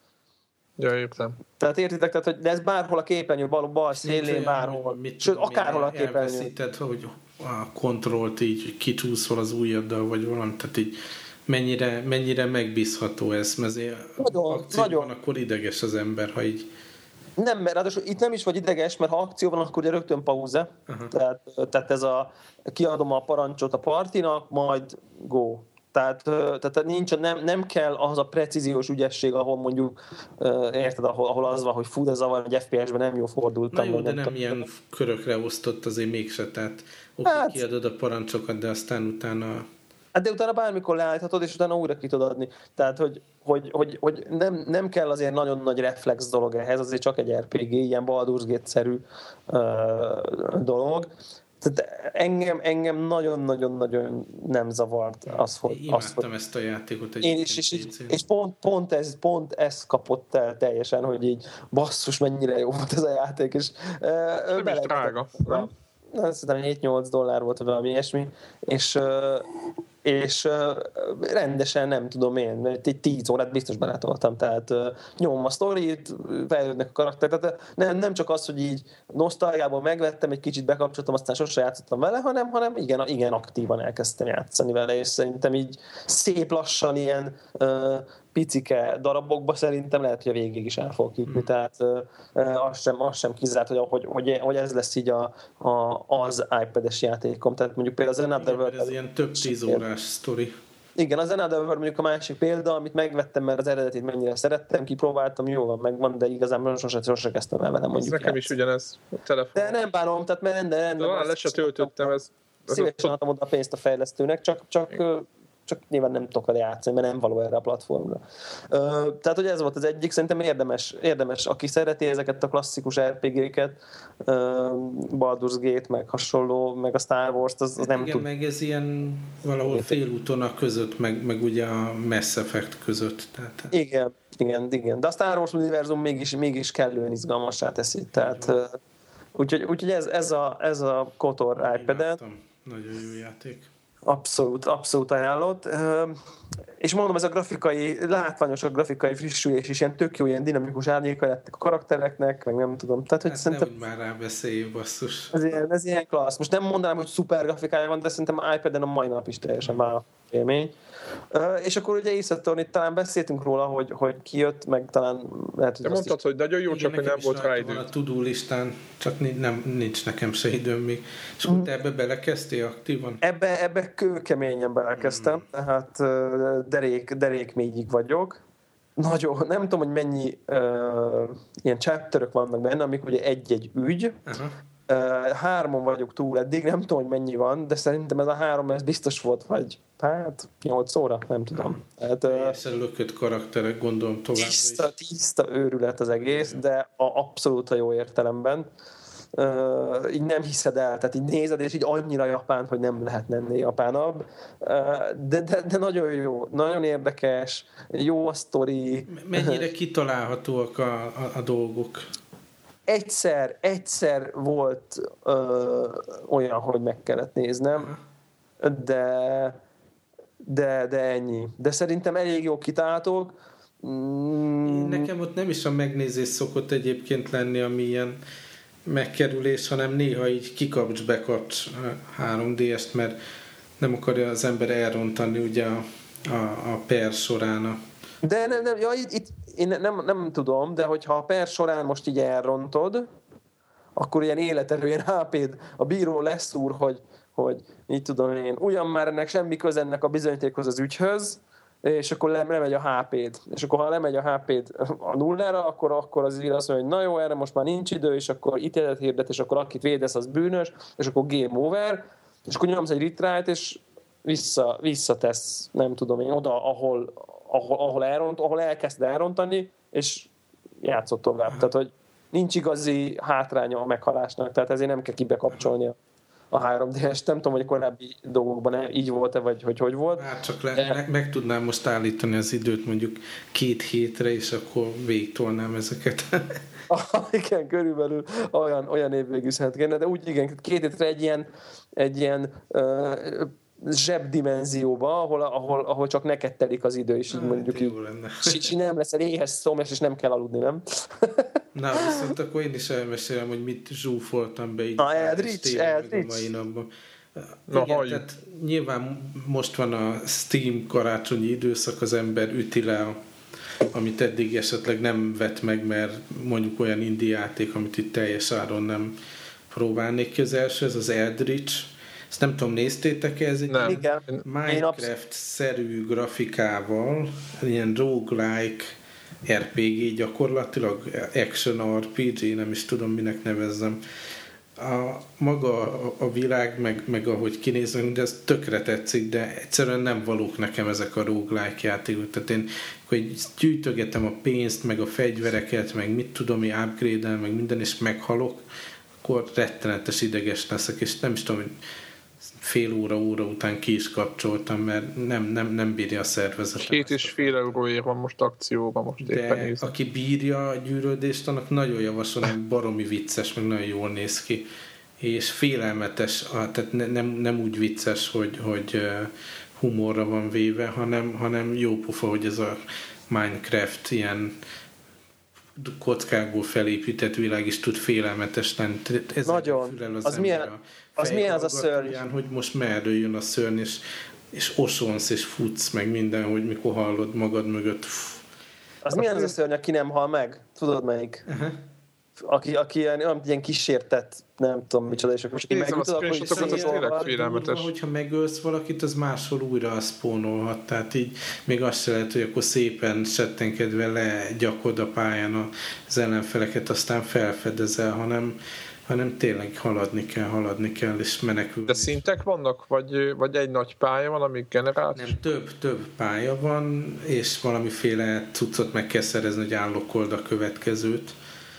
Ja, értem. Tehát értitek, tehát, hogy de ez bárhol a képernyő, bal, bal szélén, bárhol. Sőt, akárhol a képernyő. Elveszíted, hogy a kontrollt így kicsúszol az ujjaddal, vagy valami, tehát így mennyire, mennyire megbízható ez, mert azért nagyon, akcióban nagyon. Akkor ideges az ember, ha így... Nem, mert ráadásul itt nem is vagy ideges, mert ha akció van, akkor ugye rögtön pauze. Tehát, tehát ez a kiadom a parancsot a partinak, majd go. Tehát, tehát nincs, nem, nem kell az a precíziós ügyesség, ahol mondjuk, érted, ahol, ahol az van, hogy fú, de zavar, hogy ef pé es-ben nem jó fordultam. Na jó, de nem, nem ilyen körökre osztott azért mégse, tehát oké, hát, kiadod a parancsokat, de aztán utána... Hát de utána bármikor leállíthatod, és utána újra ki tudod adni. Tehát, hogy, hogy, hogy, hogy nem, nem kell azért nagyon nagy reflex dolog ehhez, azért csak egy er pé gé, ilyen Baldur's Gate-szerű uh, dolog. Tehát engem, engem nagyon-nagyon-nagyon nem zavart az, hogy... Imádtam ezt a játékot. Én is, és, és pont, pont, ez, pont ez kapott el teljesen, hogy így basszus, mennyire jó volt ez a játék, és... Uh, nem is drága, nem? Szerintem hét-nyolc dollár volt, vagy valami ilyesmi, és, és rendesen nem tudom én, egy tíz órát biztos belátoltam, tehát nyomom a sztorit, fejlődnek a karakter, tehát nem, nem csak az, hogy így nosztalgiából megvettem, egy kicsit bekapcsoltam, aztán sosem játszottam vele, hanem, hanem igen, igen aktívan elkezdtem játszani vele, és szerintem így szép lassan ilyen picike darabokba szerintem lehet, hogy a végig is el fog jutni, tehát uh, az, sem, az sem kizárt, hogy, hogy, hogy, hogy ez lesz így a, a, az iPad-es játékom, tehát mondjuk például az Another World... Ez ilyen több tíz órás sztori. Igen, az Another World mondjuk a másik példa, amit megvettem, mert az eredetét mennyire szerettem, kipróbáltam, jó van, megvan, de igazából sosem, sosem kezdtem el velem mondjuk. Nekem is ugyanez a telefon. De nem bánom, tehát mert rendben, rendben. De le se töltöttem, ez... Szívesen adtam oda a pénzt a fejlesztőnek, csak... csak csak nyilván nem tudok vele játszani, mert nem való erre a platformra. Tehát, hogy ez volt az egyik, szerintem érdemes, érdemes aki szereti ezeket a klasszikus er pé gé-ket, Baldur's Gate, meg hasonló, meg a Star Wars-t, az, az nem igen, tud. meg ez ilyen valahol félúton a között, meg, meg ugye a Mass Effect között. Tehát... Igen, igen, igen. De a Star Wars univerzum mégis, mégis kellően izgalmassá teszi. Tehát, úgyhogy, úgyhogy ez, ez, a, ez a Kotor iPad-en. Nagyon jó játék. Abszolút, abszolút ajánlott. És mondom, ez a grafikai, látványos a grafikai frissülés is, ilyen tök jó, ilyen dinamikus árnyéka lettek a karaktereknek, meg nem tudom. Tehát, hogy hát szerintem... nehogy már rá beszélj, basszus. Ez ilyen, ez ilyen klassz. Most nem mondanám, hogy szuper grafikája van, de szerintem iPad-en a mai nap is teljesen már élmény. Uh, és akkor ugye Ace Attorney, talán beszéltünk róla, hogy, hogy kijött, meg talán lehet, hogy... Te mondtad, is... hogy nagyon jó, csak hogy nem volt rá idő. A to-do listán, csak nem, nincs nekem se időm még. És mm. te ebbe belekezdtél aktívan? Ebbe, ebbe kőkeményen belekezdtem, mm. tehát uh, derék, derék mélyig vagyok. Nagyon, nem tudom, hogy mennyi uh, ilyen chapterök vannak benne, amik ugye egy-egy ügy. Uh-huh. Uh, hármon vagyok túl eddig, nem tudom, hogy mennyi van, de szerintem ez a három, ez biztos volt, vagy hát nyolc óra, nem tudom. Hát, teljesen uh, lökött karakterek, gondolom tovább. Tiszta, tiszta őrület az egész, de a abszolút a jó értelemben. Uh, így nem hiszed el, tehát így nézed, és így annyira japán, hogy nem lehet ennél japánabb. Uh, de, de, de nagyon jó, nagyon érdekes, jó a sztori. Mennyire kitalálhatóak a, a, a dolgok? Egyszer, egyszer volt uh, olyan, hogy meg kellett néznem, de, de, de ennyi. De szerintem elég jó kitaláltók. Mm. Nekem ott nem is a megnézés szokott egyébként lenni, ami ilyen megkerülés, hanem néha így kikapcs, bekapcs három dé-est, mert nem akarja az ember elrontani ugye a, a, a per során a... De nem, nem, ja, itt, itt én nem, nem tudom, de hogyha a per során most így elrontod, akkor ilyen életerő, ilyen há péd a bíró leszúr, hogy, hogy így tudom én, ugyan már ennek semmi köze ennek a bizonyítékhoz az ügyhöz, és akkor le, lemegy a há péd. És akkor ha lemegy a há péd a nullára, akkor, akkor az ír azt mondja, hogy na jó, erre most már nincs idő, és akkor ítélet hirdet, és akkor akit védesz, az bűnös, és akkor game over, és akkor nyomsz egy retryt, és vissza, visszatesz, nem tudom én, oda, ahol, ahol, ahol, elront, ahol elkezd elrontani, és játszott tovább. Tehát, hogy nincs igazi hátránya a meghalásnak, tehát ezért nem kell kibekapcsolni a három dé-est. Nem tudom, hogy korábbi dolgokban így volt-e, vagy hogy hogy volt. Hát csak le, de... meg tudnám most állítani az időt mondjuk két hétre, és akkor végigtolnám ezeket. Ah, igen, körülbelül olyan, olyan évvégű szent kéne, de úgy igen, két hétre egy ilyen, egy ilyen uh, zsebdimenzióba, ahol, ahol, ahol csak neked telik az idő, és így ah, mondjuk így, és nem leszel éhes szomjas, és nem kell aludni, nem? Na, viszont akkor én is elmesélem, hogy mit zsúfoltam be így. Ah, Eldritch, Eldritch. Mai napban. Na, igen, tehát nyilván most van a Steam karácsonyi időszak, az ember üti le a, amit eddig esetleg nem vett meg, mert mondjuk olyan indie játék, amit itt teljes áron nem próbálnék ki. Az első, ez az Eldritch. Ezt nem tudom, néztétek ez egy Minecraft-szerű grafikával, ilyen roguelike er pé gé gyakorlatilag, action er pé gé, nem is tudom minek nevezzem. A, maga a, a világ, meg, meg ahogy kinézünk, de ez tökre tetszik, de egyszerűen nem valók nekem ezek a roguelike játékok. Tehát én akkor gyűjtögetem a pénzt, meg a fegyvereket, meg mit tudom, mi upgrade-el, meg minden, és meghalok, akkor rettenetes ideges leszek, és nem is tudom, hogy fél óra, óra után ki is kapcsoltam, mert nem, nem, nem bírja a szervezet. Két és fél euróért van most akcióban, most de éppen nézem. Aki bírja a gyűrődést, annak nagyon javasolom, baromi vicces, meg nagyon jól néz ki. És félelmetes, tehát ne, nem, nem úgy vicces, hogy, hogy humorra van véve, hanem, hanem jó pofa, hogy ez a Minecraft ilyen kockákból felépített világ is tud félelmetes lenni. Nagyon. Az, az milyen, az milyen az a szörny? Hogy most merről jön a szörny, és, és osonsz, és futsz, meg minden, hogy mikor hallod magad mögött. Fú. Az milyen az a szörny, aki nem hal meg? Tudod melyik? Uh-huh. Aki, aki ilyen, ilyen kísértett, nem tudom micsoda, és akkor nézem a screenshotokat, az tényleg félelmetes. Hogyha megölsz valakit, az máshol újra spónolhat, tehát így még azt se lehet, hogy akkor szépen settenkedve legyakod a pályán az ellenfeleket, aztán felfedezel, hanem, hanem tényleg haladni kell, haladni kell, és menekülni. De szintek vannak? Vagy, vagy egy nagy pálya van, ami generált? Nem, több, több pálya van, és valamiféle cuccot meg kell szerezni, hogy állokold a következőt.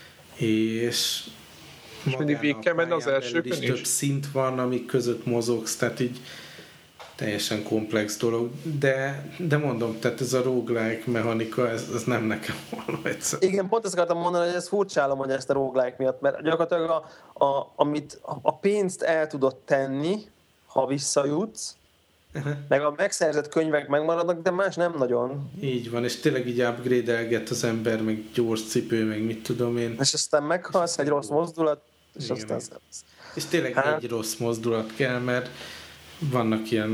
És, és mindig végig kell menni az elsőkön is? Több szint van, amik között mozogsz, tehát így teljesen komplex dolog, de, de mondom, tehát ez a roguelike mechanika, ez, ez nem nekem való egyszer. Igen, pont ezt akartam mondani, hogy ez furcsálom, hogy ezt a roguelike miatt, mert gyakorlatilag a, a, amit, a pénzt el tudod tenni, ha visszajutsz, uh-huh. meg a megszerzett könyvek megmaradnak, de más nem nagyon. Így van, és tényleg így upgrade-elget az ember, meg gyors cipő, meg mit tudom én. És aztán meghalsz, egy rossz mozdulat, és igen, aztán... És tényleg hát... egy rossz mozdulat kell, mert vannak ilyen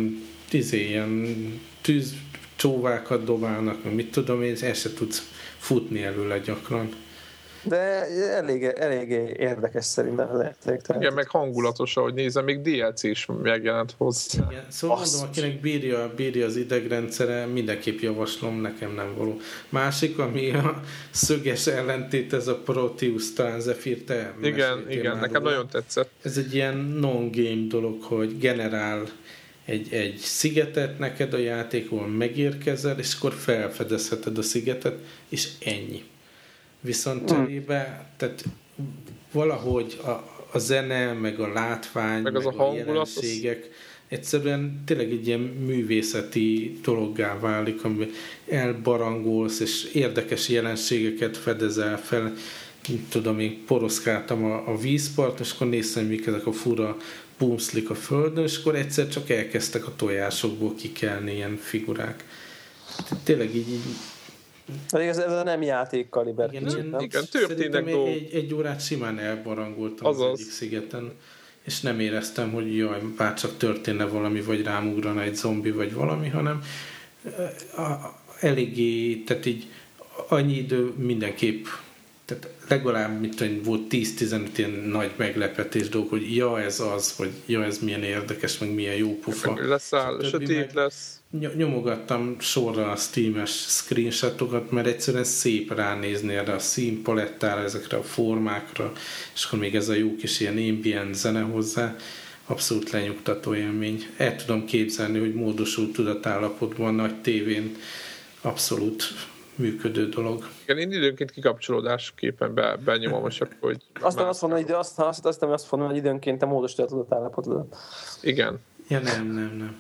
izé, ilyen tűz csóvákat dobálnak, mit tudom én, el se tudsz futni előle gyakran. De elég, elég érdekes szerintem az játék. Igen, meg hangulatos, ahogy nézem, még dé el cé is megjelent hozzá. Igen, szóval Azt. mondom, akinek bírja, bírja az idegrendszere, mindenképp javaslom, nekem nem való. Másik, ami a szöges ellentét, ez a Proteus, talán Zephyr, te Igen, igen, nekem róla. Nagyon tetszett. Ez egy ilyen non-game dolog, hogy generál egy, egy szigetet neked a játékon, megérkezel, és akkor felfedezheted a szigetet, és ennyi. Viszont cserébe, tehát valahogy a, a zene, meg a látvány, meg, meg a, a jelenségek, az... egyszerűen tényleg egy ilyen művészeti dologgá válik, amiben elbarangolsz, és érdekes jelenségeket fedezel fel. Tudom, én poroszkáltam a, a vízpart, és akkor néztem, mik ezek a fura bumszlik a földön, és akkor egyszer csak elkezdtek a tojásokból kikelni ilyen figurák. Tényleg így, így ez, ez a nem játékkaliber. Igen, kicsit, igen, igen történnek dolgok. Egy, egy órát simán elbarangoltam az, az egyik szigeten, és nem éreztem, hogy jaj, bárcsak történne valami, vagy rámugrana egy zombi, vagy valami, hanem a, a, eléggé, tehát így annyi idő mindenképp, tehát legalább mit tudom, volt tíz-tizenöt ilyen nagy meglepetés dolgok, hogy ja, ez az, vagy ja, ez milyen érdekes, meg milyen jó pufa. Leszáll, sötét lesz. Nyomogattam sorra a Steam-es screenshotokat, mert egyszerűen szép ránézni erre a színpalettára, ezekre a formákra, és akkor még ez a jó kis ilyen ambient zene hozzá, abszolút lenyugtató élmény. El tudom képzelni, hogy módosult tudatállapotban nagy tévén abszolút működő dolog. Igen, én időnként kikapcsolódásképpen be, benyomom, és akkor, hogy... Aztán azt mondom, hogy azt, azt, azt, azt mondom, hogy időnként te módosítod a tudatállapotodat. Igen. Ja, nem, nem, nem.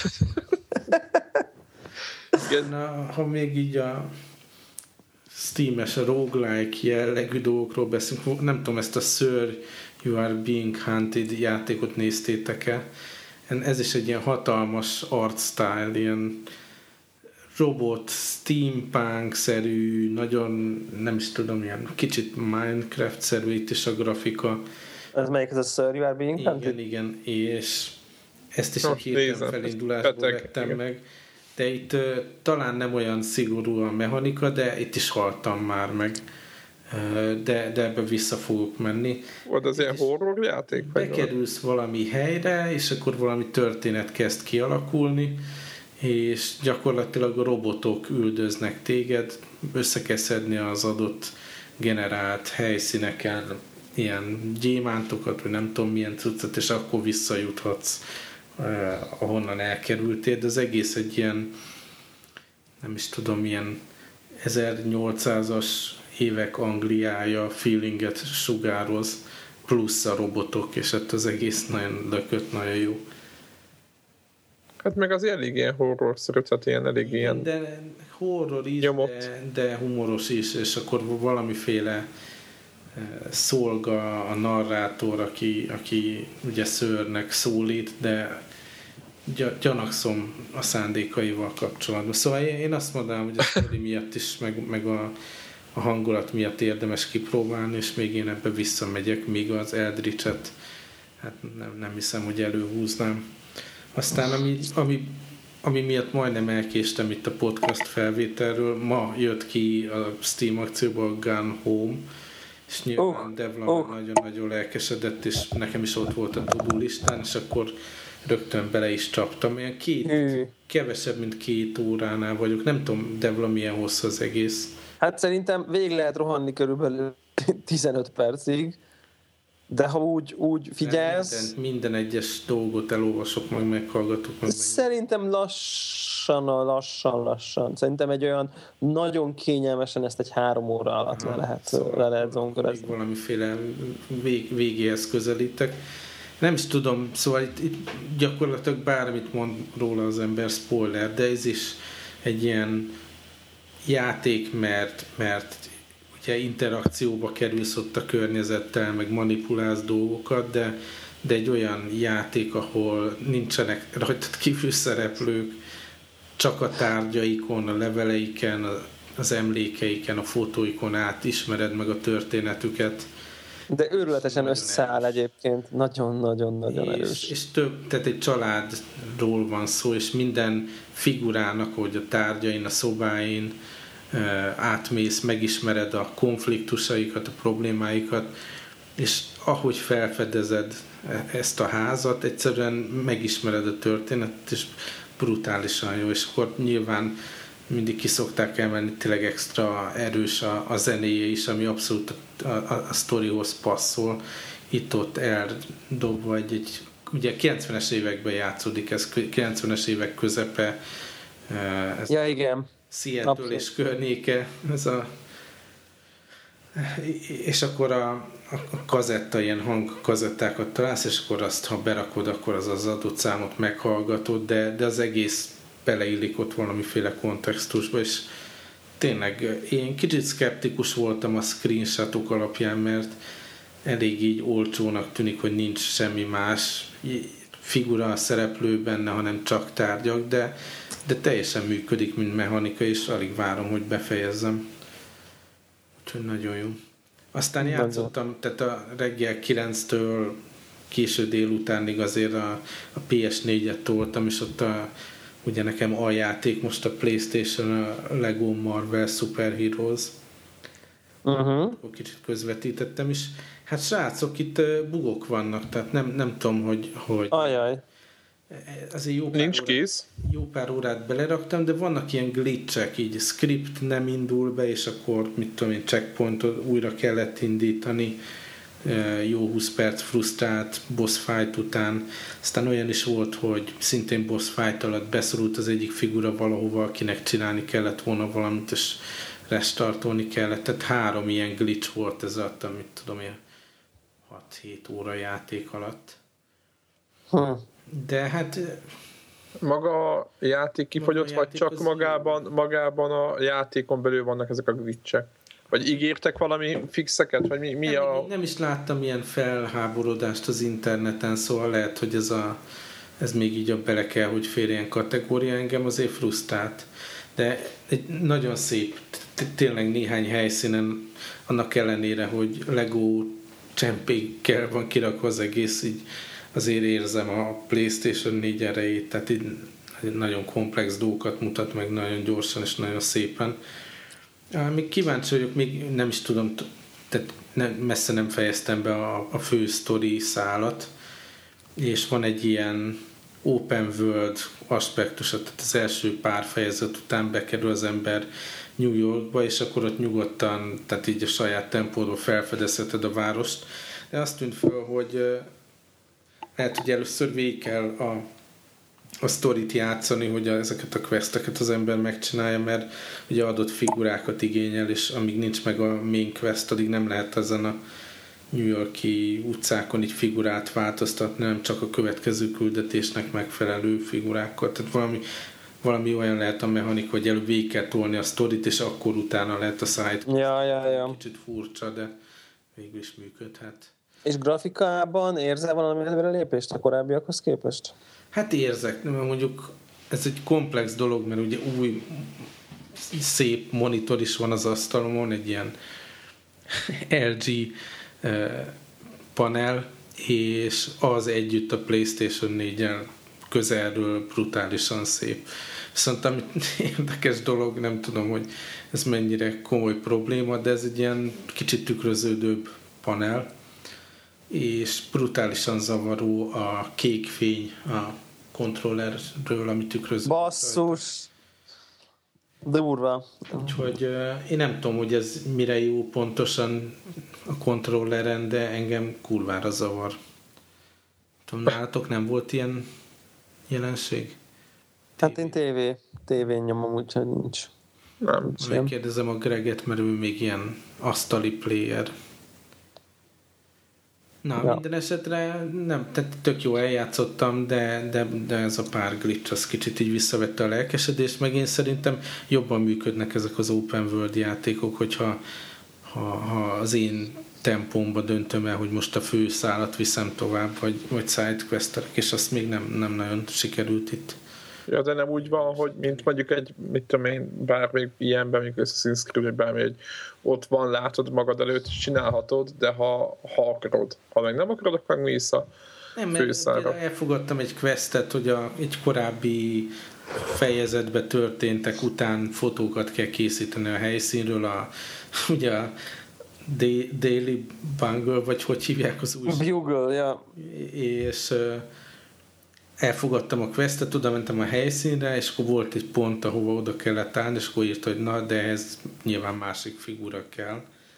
Na, ha még így a Steam-es, a roguelike jellegű dolgokról beszélünk, nem tudom, ezt a Sir You Are Being Hunted játékot néztétek-e? Ez is egy ilyen hatalmas art style, ilyen robot, steampunk-szerű, nagyon, nem is tudom, ilyen kicsit Minecraft-szerű itt is a grafika. Ez melyik, ez a Sir You Are Being Hunted? Igen, igen, és ezt is a hirtelen felindulásból vettem igen. meg. De itt uh, talán nem olyan szigorú a mechanika, de itt is haltam már meg. Uh, de, de ebbe vissza fogok menni. Volt az ilyen horror játék? Bekerülsz valami helyre, és akkor valami történet kezd kialakulni, és gyakorlatilag a robotok üldöznek téged, össze kell szedni az adott generált helyszíneken ilyen gyémántokat, vagy nem tudom milyen cuccot, és akkor visszajuthatsz Uh, ahonnan elkerültél, de az egész egy ilyen, nem is tudom, ilyen ezernyolcszázas évek Angliája feelinget sugároz, plusz a robotok, és hát az egész nagyon lökött, nagyon jó. Hát meg az elég ilyen horror-szerű, tehát ilyen elég Igen, ilyen de horror is, de, de humoros is, és akkor valamiféle szolga a narrátor, aki, aki ugye Sirnek szólít, de gyanakszom a szándékaival kapcsolatban. Szóval én azt mondanám, hogy a sztori miatt is, meg, meg a, a hangulat miatt érdemes kipróbálni, és még én ebbe visszamegyek, míg az Eldritch-et hát nem, nem hiszem, hogy előhúznám. Aztán ami, ami, ami miatt majdnem elkéstem itt a podcast felvételről, ma jött ki a Steam akcióban a Gone Home, és nyilván oh, Devla oh. nagyon-nagyon lelkesedett, és nekem is ott volt a to-do listán, és akkor rögtön bele is csaptam. Ilyen két, mm. kevesebb, mint két óránál vagyok. Nem tudom, Devla, milyen hosszú az egész. Hát szerintem végig lehet rohanni körülbelül tizenöt percig, de ha úgy, úgy figyelsz... Minden, minden egyes dolgot elolvasok, meg meghallgatok. Meg szerintem lassan, lassan, lassan. Szerintem egy olyan nagyon kényelmesen ezt egy három óra alatt ha, le lehet, szóval le lehet zongorazni. Valamiféle vég, végéhez közelítek. Nem is tudom, szóval itt, itt gyakorlatilag bármit mond róla az ember, spoiler, de ez is egy ilyen játék, mert, mert ugye interakcióba kerülsz ott a környezettel, meg manipulálsz dolgokat, de, de egy olyan játék, ahol nincsenek rajtad kívül szereplők, csak a tárgyaikon, a leveleiken, az emlékeiken, a fotóikon át ismered meg a történetüket. De őrületesen összeáll erős. Egyébként. Nagyon-nagyon-nagyon és, erős. És több, tehát egy családról van szó, és minden figurának, hogy a tárgyain, a szobáin átmész, megismered a konfliktusaikat, a problémáikat, és ahogy felfedezed ezt a házat, egyszerűen megismered a történetet, és brutálisan jó, és akkor nyilván mindig ki szokták emelni, tényleg extra erős a, a zenéje is, ami abszolút a, a, a sztorihoz passzol. Itt-ott eldobva egy, egy ugye kilencvenes években játszódik, ez kilencvenes évek közepe. Ez ja, igen. Seattle és környéke, ez a és akkor a, a kazetta, ilyen hangkazettákat találsz, és akkor azt, ha berakod, akkor az az adott számot meghallgatod, de, de az egész beleillik ott valamiféle kontextusba, és tényleg én kicsit szkeptikus voltam a screenshotok alapján, mert elég így olcsónak tűnik, hogy nincs semmi más figura a szereplő benne, hanem csak tárgyak, de, de teljesen működik, mint mechanika, és alig várom, hogy befejezzem. Úgyhogy nagyon jó. Aztán játszottam, tehát a reggel kilenctől késő délutánig azért a, a pé es négyet toltam, és ott a, ugye nekem aljáték most a PlayStation, a Lego Marvel Super Heroes. Uh-huh. Kicsit közvetítettem is. Hát srácok, itt bugok vannak, tehát nem, nem tudom, hogy... hogy Ajaj. Azért jó pár Nincs órát, kész. Jó pár órát beleraktam, de vannak ilyen glitchek, így script nem indul be, és akkor, mit tudom én, checkpointot újra kellett indítani, jó húsz perc frusztrált boss fight után. Aztán olyan is volt, hogy szintén boss fight alatt beszorult az egyik figura valahova, akinek csinálni kellett volna valamit, és restartolni kellett. Tehát három ilyen glitch volt ez alatt, amit tudom én, hat-hét óra játék alatt. Hm. De hát... Maga a játék kifogyott, maga a játék vagy csak magában, magában a játékon belül vannak ezek a glitchek? Vagy ígértek valami fixeket? Vagy mi, mi nem, a... nem is láttam ilyen felháborodást az interneten, szóval lehet, hogy ez, a, ez még így a bele kell, hogy férjen kategória, engem azért frusztrált. De egy nagyon szép, tényleg néhány helyszínen, annak ellenére, hogy Lego csempékkel van kirakva az egész, így azért érzem a PlayStation négy erejét, tehát így nagyon komplex dolgokat mutat meg nagyon gyorsan és nagyon szépen. Még kíváncsi vagyok, még nem is tudom, tehát nem, messze nem fejeztem be a, a fő sztori szálat, és van egy ilyen open world aspektusa, tehát az első pár fejezet után bekerül az ember New Yorkba, és akkor ott nyugodtan, tehát így a saját tempódból felfedezheted a várost. De azt tűnt föl, hogy lehet, hogy először végig kell a, a sztorit játszani, hogy a, ezeket a questeket az ember megcsinálja, mert ugye adott figurákat igényel, és amíg nincs meg a main quest, addig nem lehet ezen a New York-i utcákon így figurát változtatni, nem csak a következő küldetésnek megfelelő figurákkal. Tehát valami, valami olyan lehet a mechanika, hogy előbb végig kell tolni a sztorit, és akkor utána lehet a side quest. Ja, ja, ja. Kicsit furcsa, de végül is működhet. És grafikában érzel valami előrelépést a korábbiakhoz képest? Hát érzek, mert mondjuk ez egy komplex dolog, mert ugye új szép monitor is van az asztalomon, egy ilyen el gé panel, és az együtt a PlayStation néggyel közelről brutálisan szép. Viszont ami érdekes dolog, nem tudom, hogy ez mennyire komoly probléma, de ez egy ilyen kicsit tükröződőbb panel, és brutálisan zavaró a kék fény a kontrollerről, ami tükröző. Basszus! Durva. Úgyhogy uh, én nem tudom, hogy ez mire jó pontosan a kontrolleren, de engem kurvára zavar. Tudom, nálatok nem volt ilyen jelenség? Hát én tévé, tévén nyomom, úgyhogy nincs. Nem. Megkérdezem a Greget, mert ő még ilyen asztali player. Na, ja. Minden esetre nem, tehát tök jó eljátszottam, de, de, de ez a pár glitch az kicsit így visszavette a lelkesedést, meg én szerintem jobban működnek ezek az open world játékok, hogyha ha, ha az én tempómba döntöm el, hogy most a fő szálat viszem tovább, vagy, vagy sidequesterek, és azt még nem, nem nagyon sikerült itt. Ja, de nem úgy van, hogy mint mondjuk egy, mit tudom én, bármelyik ilyenben, mondjuk Assassin's Creed, vagy bármi, hogy ott van, látod magad előtt, és csinálhatod, de ha, ha akarod. Ha meg nem akarod, akkor mész a nem, főszára. Mert elfogadtam egy questet, hogy a, egy korábbi fejezetben történtek után fotókat kell készíteni a helyszínről, a, ugye a Daily Bugle, vagy hogy hívják az új... Bugle, ja. És uh, elfogadtam a questet, oda mentem a helyszínre, és akkor volt egy pont, ahova oda kellett állni, és akkor írt, hogy na, de ehhez nyilván másik figura kell.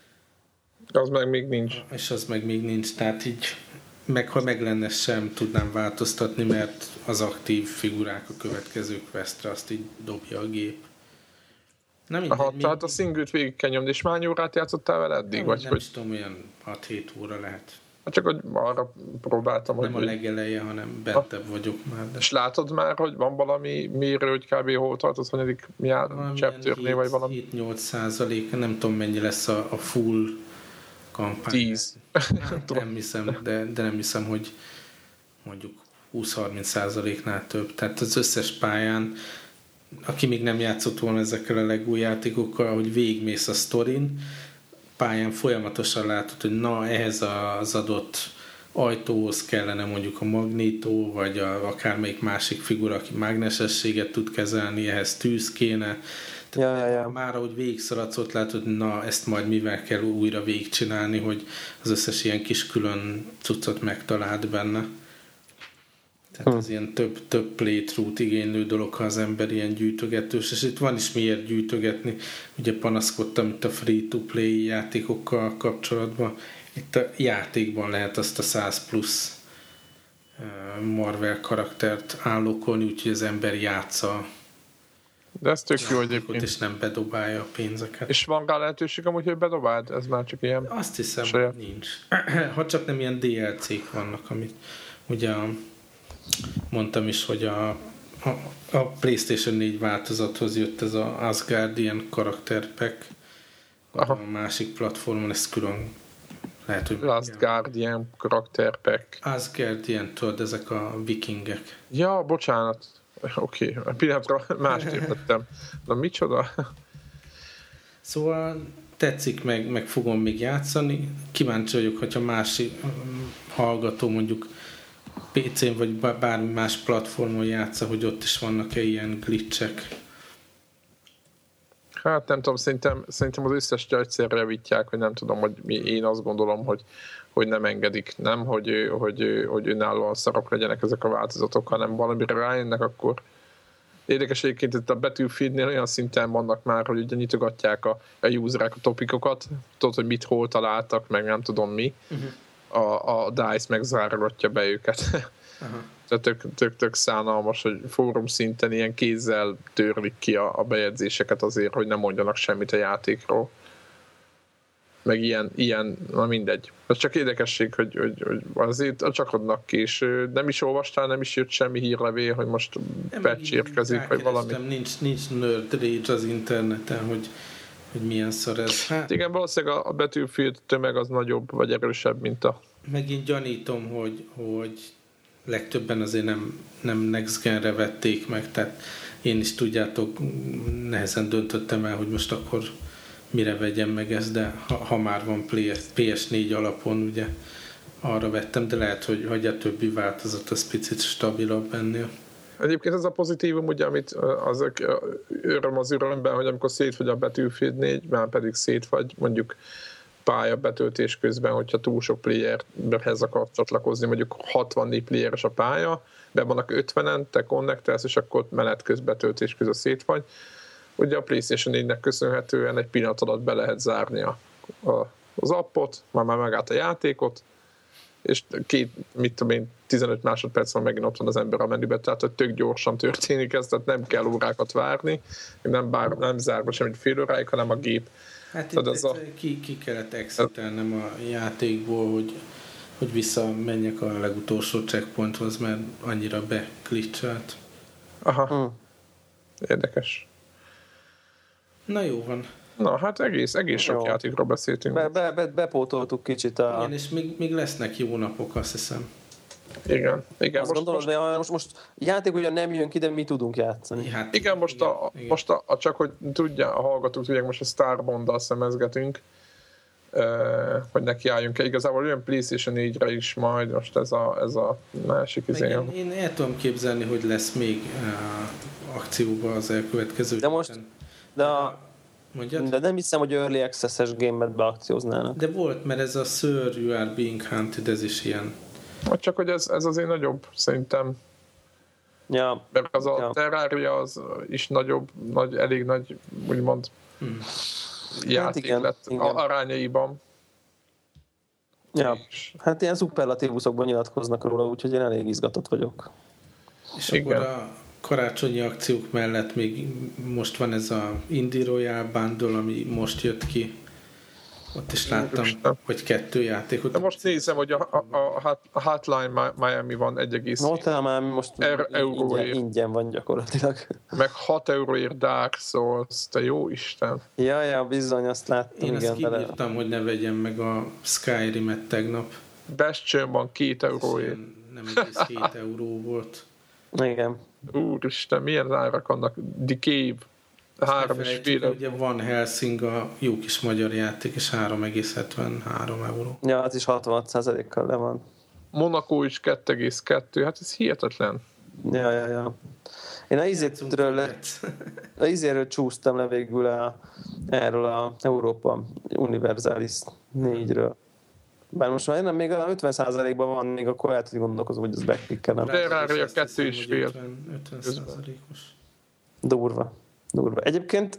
Az meg még nincs. És az meg még nincs, tehát így meg ha meg lenne, sem tudnám változtatni, mert az aktív figurák a következő questre, azt így dobja a gép. Na mindegy, Aha, még... tehát a szingült végig kell nyomni, és hány órát játszottál vele eddig? Nem, vagy nem hogy... is tudom, olyan hat-hét óra lehet. Hát csak hogy arra próbáltam, nem hogy... Nem a legeleje, hanem bentebb vagyok már. De... És látod már, hogy van valami mérő, hogy kb. Hol tartasz, hanyadik chapternél, vagy valami? hét-nyolc százalék, nem tudom mennyi lesz a, a full kampány. tíz. Hát, nem hiszem, de, de nem hiszem, hogy mondjuk húsz-harminc százaléknál több. Tehát az összes pályán, aki még nem játszott volna ezekkel a legúj játékokkal, hogy végigmész a sztorin, pályán folyamatosan látod, hogy na, ehhez az adott ajtóhoz kellene mondjuk a magnító, vagy a, akármelyik másik figura, aki mágnesességet tud kezelni, ehhez tűz kéne. Ja, ja, ja. Már ahogy végigszaladsz, ott látod, hogy na, ezt majd mivel kell újra végigcsinálni, hogy az összes ilyen kis külön cuccot megtaláld benne. Tehát hm. az ilyen több, több playthrough-t igénylő dolog, ha az ember ilyen gyűjtögetős, és itt van is miért gyűjtögetni. Ugye panaszkodtam itt a free-to-play játékokkal kapcsolatban. Itt a játékban lehet azt a száz plusz Marvel karaktert állokolni, úgyhogy az ember játsza. De ez tök jó egyébként. És nem bedobálja a pénzeket. És van rá lehetőség amúgy, hogy bedobáld? Ez már csak ilyen... Azt hiszem, saját. hogy nincs. Ha csak nem ilyen dé el cé-k vannak, amit ugye mondtam is, hogy a, a, a PlayStation négy változathoz jött ez az Asgardian karakter pack. A másik platformon ez külön lehet, hogy... Last Guardian karakter pack. Asgardian, tudod, ezek a vikingek. Ja, bocsánat. Oké, okay. Pillanatra mást értettem. Na micsoda? Szóval tetszik, meg, meg fogom még játszani. Kíváncsi vagyok, hogyha másik hallgató mondjuk pé cén vagy bármi más platformon játsza, hogy ott is vannak-e ilyen glitchek. Hát nem tudom, szerintem, szerintem az összes gyógyszerre javítják, hogy nem tudom, hogy mi, én azt gondolom, hogy, hogy nem engedik, nem, hogy, hogy, hogy önállóan szarok legyenek ezek a változatok, hanem valamire rájönnek, akkor érdekes egyébként itt a Battlefieldnél olyan szinten vannak már, hogy ugye nyitogatják a, a userek a topikokat, tudod, hogy mit hol találtak, meg nem tudom mi. Uh-huh. A, a DICE megzárogatja be őket. Uh-huh. Tehát tök, tök, tök szánalmas, hogy fórum szinten ilyen kézzel törlik ki a, a bejegyzéseket azért, hogy nem mondjanak semmit a játékról. Meg ilyen, ilyen na mindegy. Ez csak érdekesség, hogy, hogy, hogy azért csak adnak ki, és nem is olvastál, nem is jött semmi hírlevél, hogy most patch érkezik, vagy valami. Nincs, nincs nerd rage az interneten, hogy, hogy milyen szar ez. Hát, igen, valószínűleg a Battlefield tömeg az nagyobb, vagy erősebb, mint a... Megint gyanítom, hogy, hogy legtöbben azért nem, nem Next Gen-re vették meg, tehát én is tudjátok, nehezen döntöttem el, hogy most akkor mire vegyem meg ezt, de ha, ha már van pé es négy alapon, ugye arra vettem, de lehet, hogy, hogy a többi változat az picit stabilabb ennél. Egyébként ez a pozitívum, ugye, amit az öröm az örömben, hogy amikor szétfagy a Battlefield négy, már pedig szétfagy, mondjuk pálya betöltés közben, hogyha túl sok playerhez akar csatlakozni, mondjuk hatvannégy playeres a pálya, be vannak ötvenen, te connectelsz, és akkor menet közben betöltés közben szétfagy. Ugye a PlayStation négynek köszönhetően egy pillanat alatt be lehet zárni a, a, az appot, már már megállt a játékot, és két, mit tudom én, tizenöt másodperc van megint ott van az ember a menüben, tehát hogy tök gyorsan történik ez, tehát nem kell órákat várni, nem, bár, nem zárva semmit fél óráig, hanem a gép. Hát itt, itt a... ki, ki kellett exitelnem a játékból, hogy, hogy visszamenjek a legutolsó checkpointhoz, mert annyira beglitchelt. Aha. Hmm. Érdekes. Na jó van. Na, hát egész, egész sok jó. Játékról beszéltünk. Be, be, be, bepótoltuk kicsit a... Igen, és még, még lesznek jó napok, azt hiszem. Igen. Igen, azt most, gondolod, most, most, most játék ugyan nem jön ki, de mi tudunk játszani. Hát, igen, most, igen, a, igen. most a, a, csak hogy tudja, a hallgatók tudják, most a Starbond-dal szemezgetünk, uh, hogy nekiálljunk-e. Igazából olyan PlayStation négyre is majd, most ez a, ez a másik izé. Én, én el tudom képzelni, hogy lesz még uh, akcióban az elkövetkező. De most, de, a, de nem hiszem, hogy Early Access-es game-et beakcióznának. De volt, mert ez a Sir, You Are Being Hunted, ez is ilyen. Csak hogy ez, ez azért nagyobb, szerintem. Ja. Mert az a ja. Terraria az is nagyobb, nagy, elég nagy, úgymond hmm. játék hát igen, lett igen. arányaiban. Ja, hát ilyen szuperlatívuszokban nyilatkoznak róla, úgyhogy én elég izgatott vagyok. És igen. Akkor a karácsonyi akciók mellett még most van ez a Indie Royale Bundle, ami most jött ki. Ott is láttam, Isten. hogy kettő játékot. De most nézem, hogy a, a, a Hotline Miami van egy egész Hotline Miami most er, ingyen, ingyen van gyakorlatilag. Meg hat euróért Dark Souls, te jó Isten. Ja, ja, bizony, azt láttam. Én igen, ezt kibírtam, hogy ne vegyem meg a Skyrim-et tegnap. Bastion van két euróért. Nem egész két euró volt. Igen. Úristen, milyen árak annak? The Cave. Három és fél. Ugye van Helsing, a jó kis magyar játék, és három egész hetvenhárom euró. Ja, az is hatvanhat százalékkal le van. Monaco is kettő egész kettő, hát ez hihetetlen. Ja, ja, ja. Én a izétről le, a izéről csúsztam le végül a, erről a Európa Universalis négyről. Bár most már nem, még a ötven százalékban van, még akkor el tudjuk gondolkozni, hogy ez backpickelem. Terraria kettő és fél. ötven százalékos. Durva. Durva. Egyébként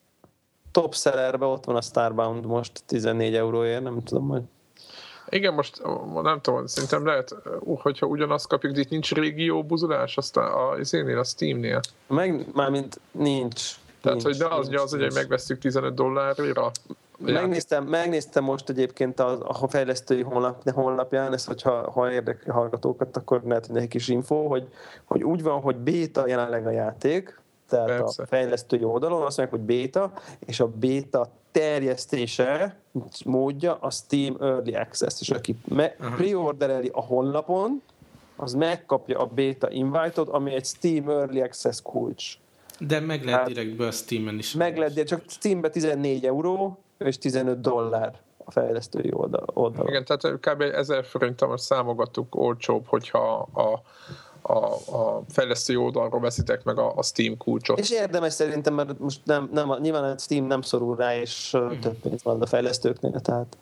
top sellerben ott van a Starbound most tizennégy euróért, nem tudom majd. Igen, most nem tudom, szerintem lehet, hogyha ugyanazt kapjuk, de itt nincs régió buzulás aztán az énél, a Steamnél. Meg, mármint nincs. Tehát, nincs, hogy ne az, nincs, az, hogy megvesztük tizenöt dollárra. Megnéztem, megnéztem most egyébként a, a fejlesztői honlap, honlapján, ezt, hogyha ha érdekel hallgatókat, akkor lehet, hogy nekik is info, hogy, hogy úgy van, hogy béta jelenleg a játék, tehát persze. A fejlesztői oldalon azt mondják, hogy béta, és a béta terjesztése módja a Steam Early Access, és aki me- preordereli a honlapon, az megkapja a beta invite-ot, ami egy Steam Early Access kulcs. De meg lehet hát, direktbe a Steam-en is. Meg lehet, csak Steamben tizennégy euró, és tizenöt dollár a fejlesztői oldalon. Igen, tehát kb. ezer forinttal most számogattuk olcsóbb, hogyha a A, a fejlesztő oldalról veszitek meg a, a Steam kulcsot. És érdemes szerintem, mert most nem, nem, nyilván a Steam nem szorul rá, és mm. több pénz van a fejlesztőknél, tehát.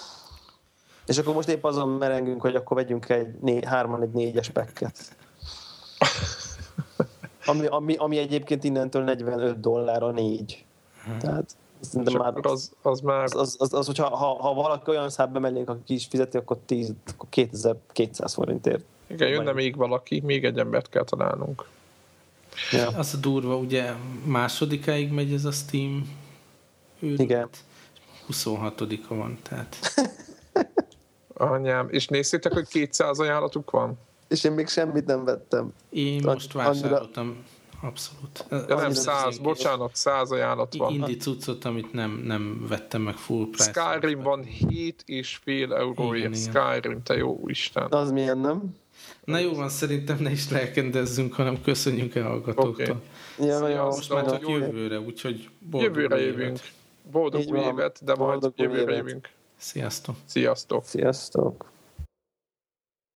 És akkor most épp azon merengünk, hogy akkor vegyünk egy né, hárman egy négyes packet. Ami, ami, ami egyébként innentől negyvenöt dollár a négy. Tehát de már az, az már... Az, az, az, az hogyha ha, ha valaki olyan számba mennénk, aki ki is fizeti, akkor, tíz, akkor kétezer-kétszáz forintért. Igen, jönne még valaki, még egy embert kell találnunk. Ja. Az a durva, ugye másodikáig megy ez a Steam őrület. Igen. huszonhatodika van, tehát. Anyám, és nézzétek, hogy kétszáz ajánlatuk van? És én még semmit nem vettem. Én most vásároltam. Abszolút. Ja, nem, száz, bocsánat, száz ajánlat van. Indi cuccot, amit nem, nem vettem meg full price. Skyrim van hét és fél euróért. Skyrim, te jó Isten. Az milyen, nem? Na jó van, szerintem ne is lelkendezzünk, hanem köszönjünk el hallgatóktól. Okay. Ja, ja, most már csak jövőre, úgyhogy boldog jövőre évet. jövünk. Boldog új évet, de majd jövőre jövünk. Sziasztok. Sziasztok. Sziasztok.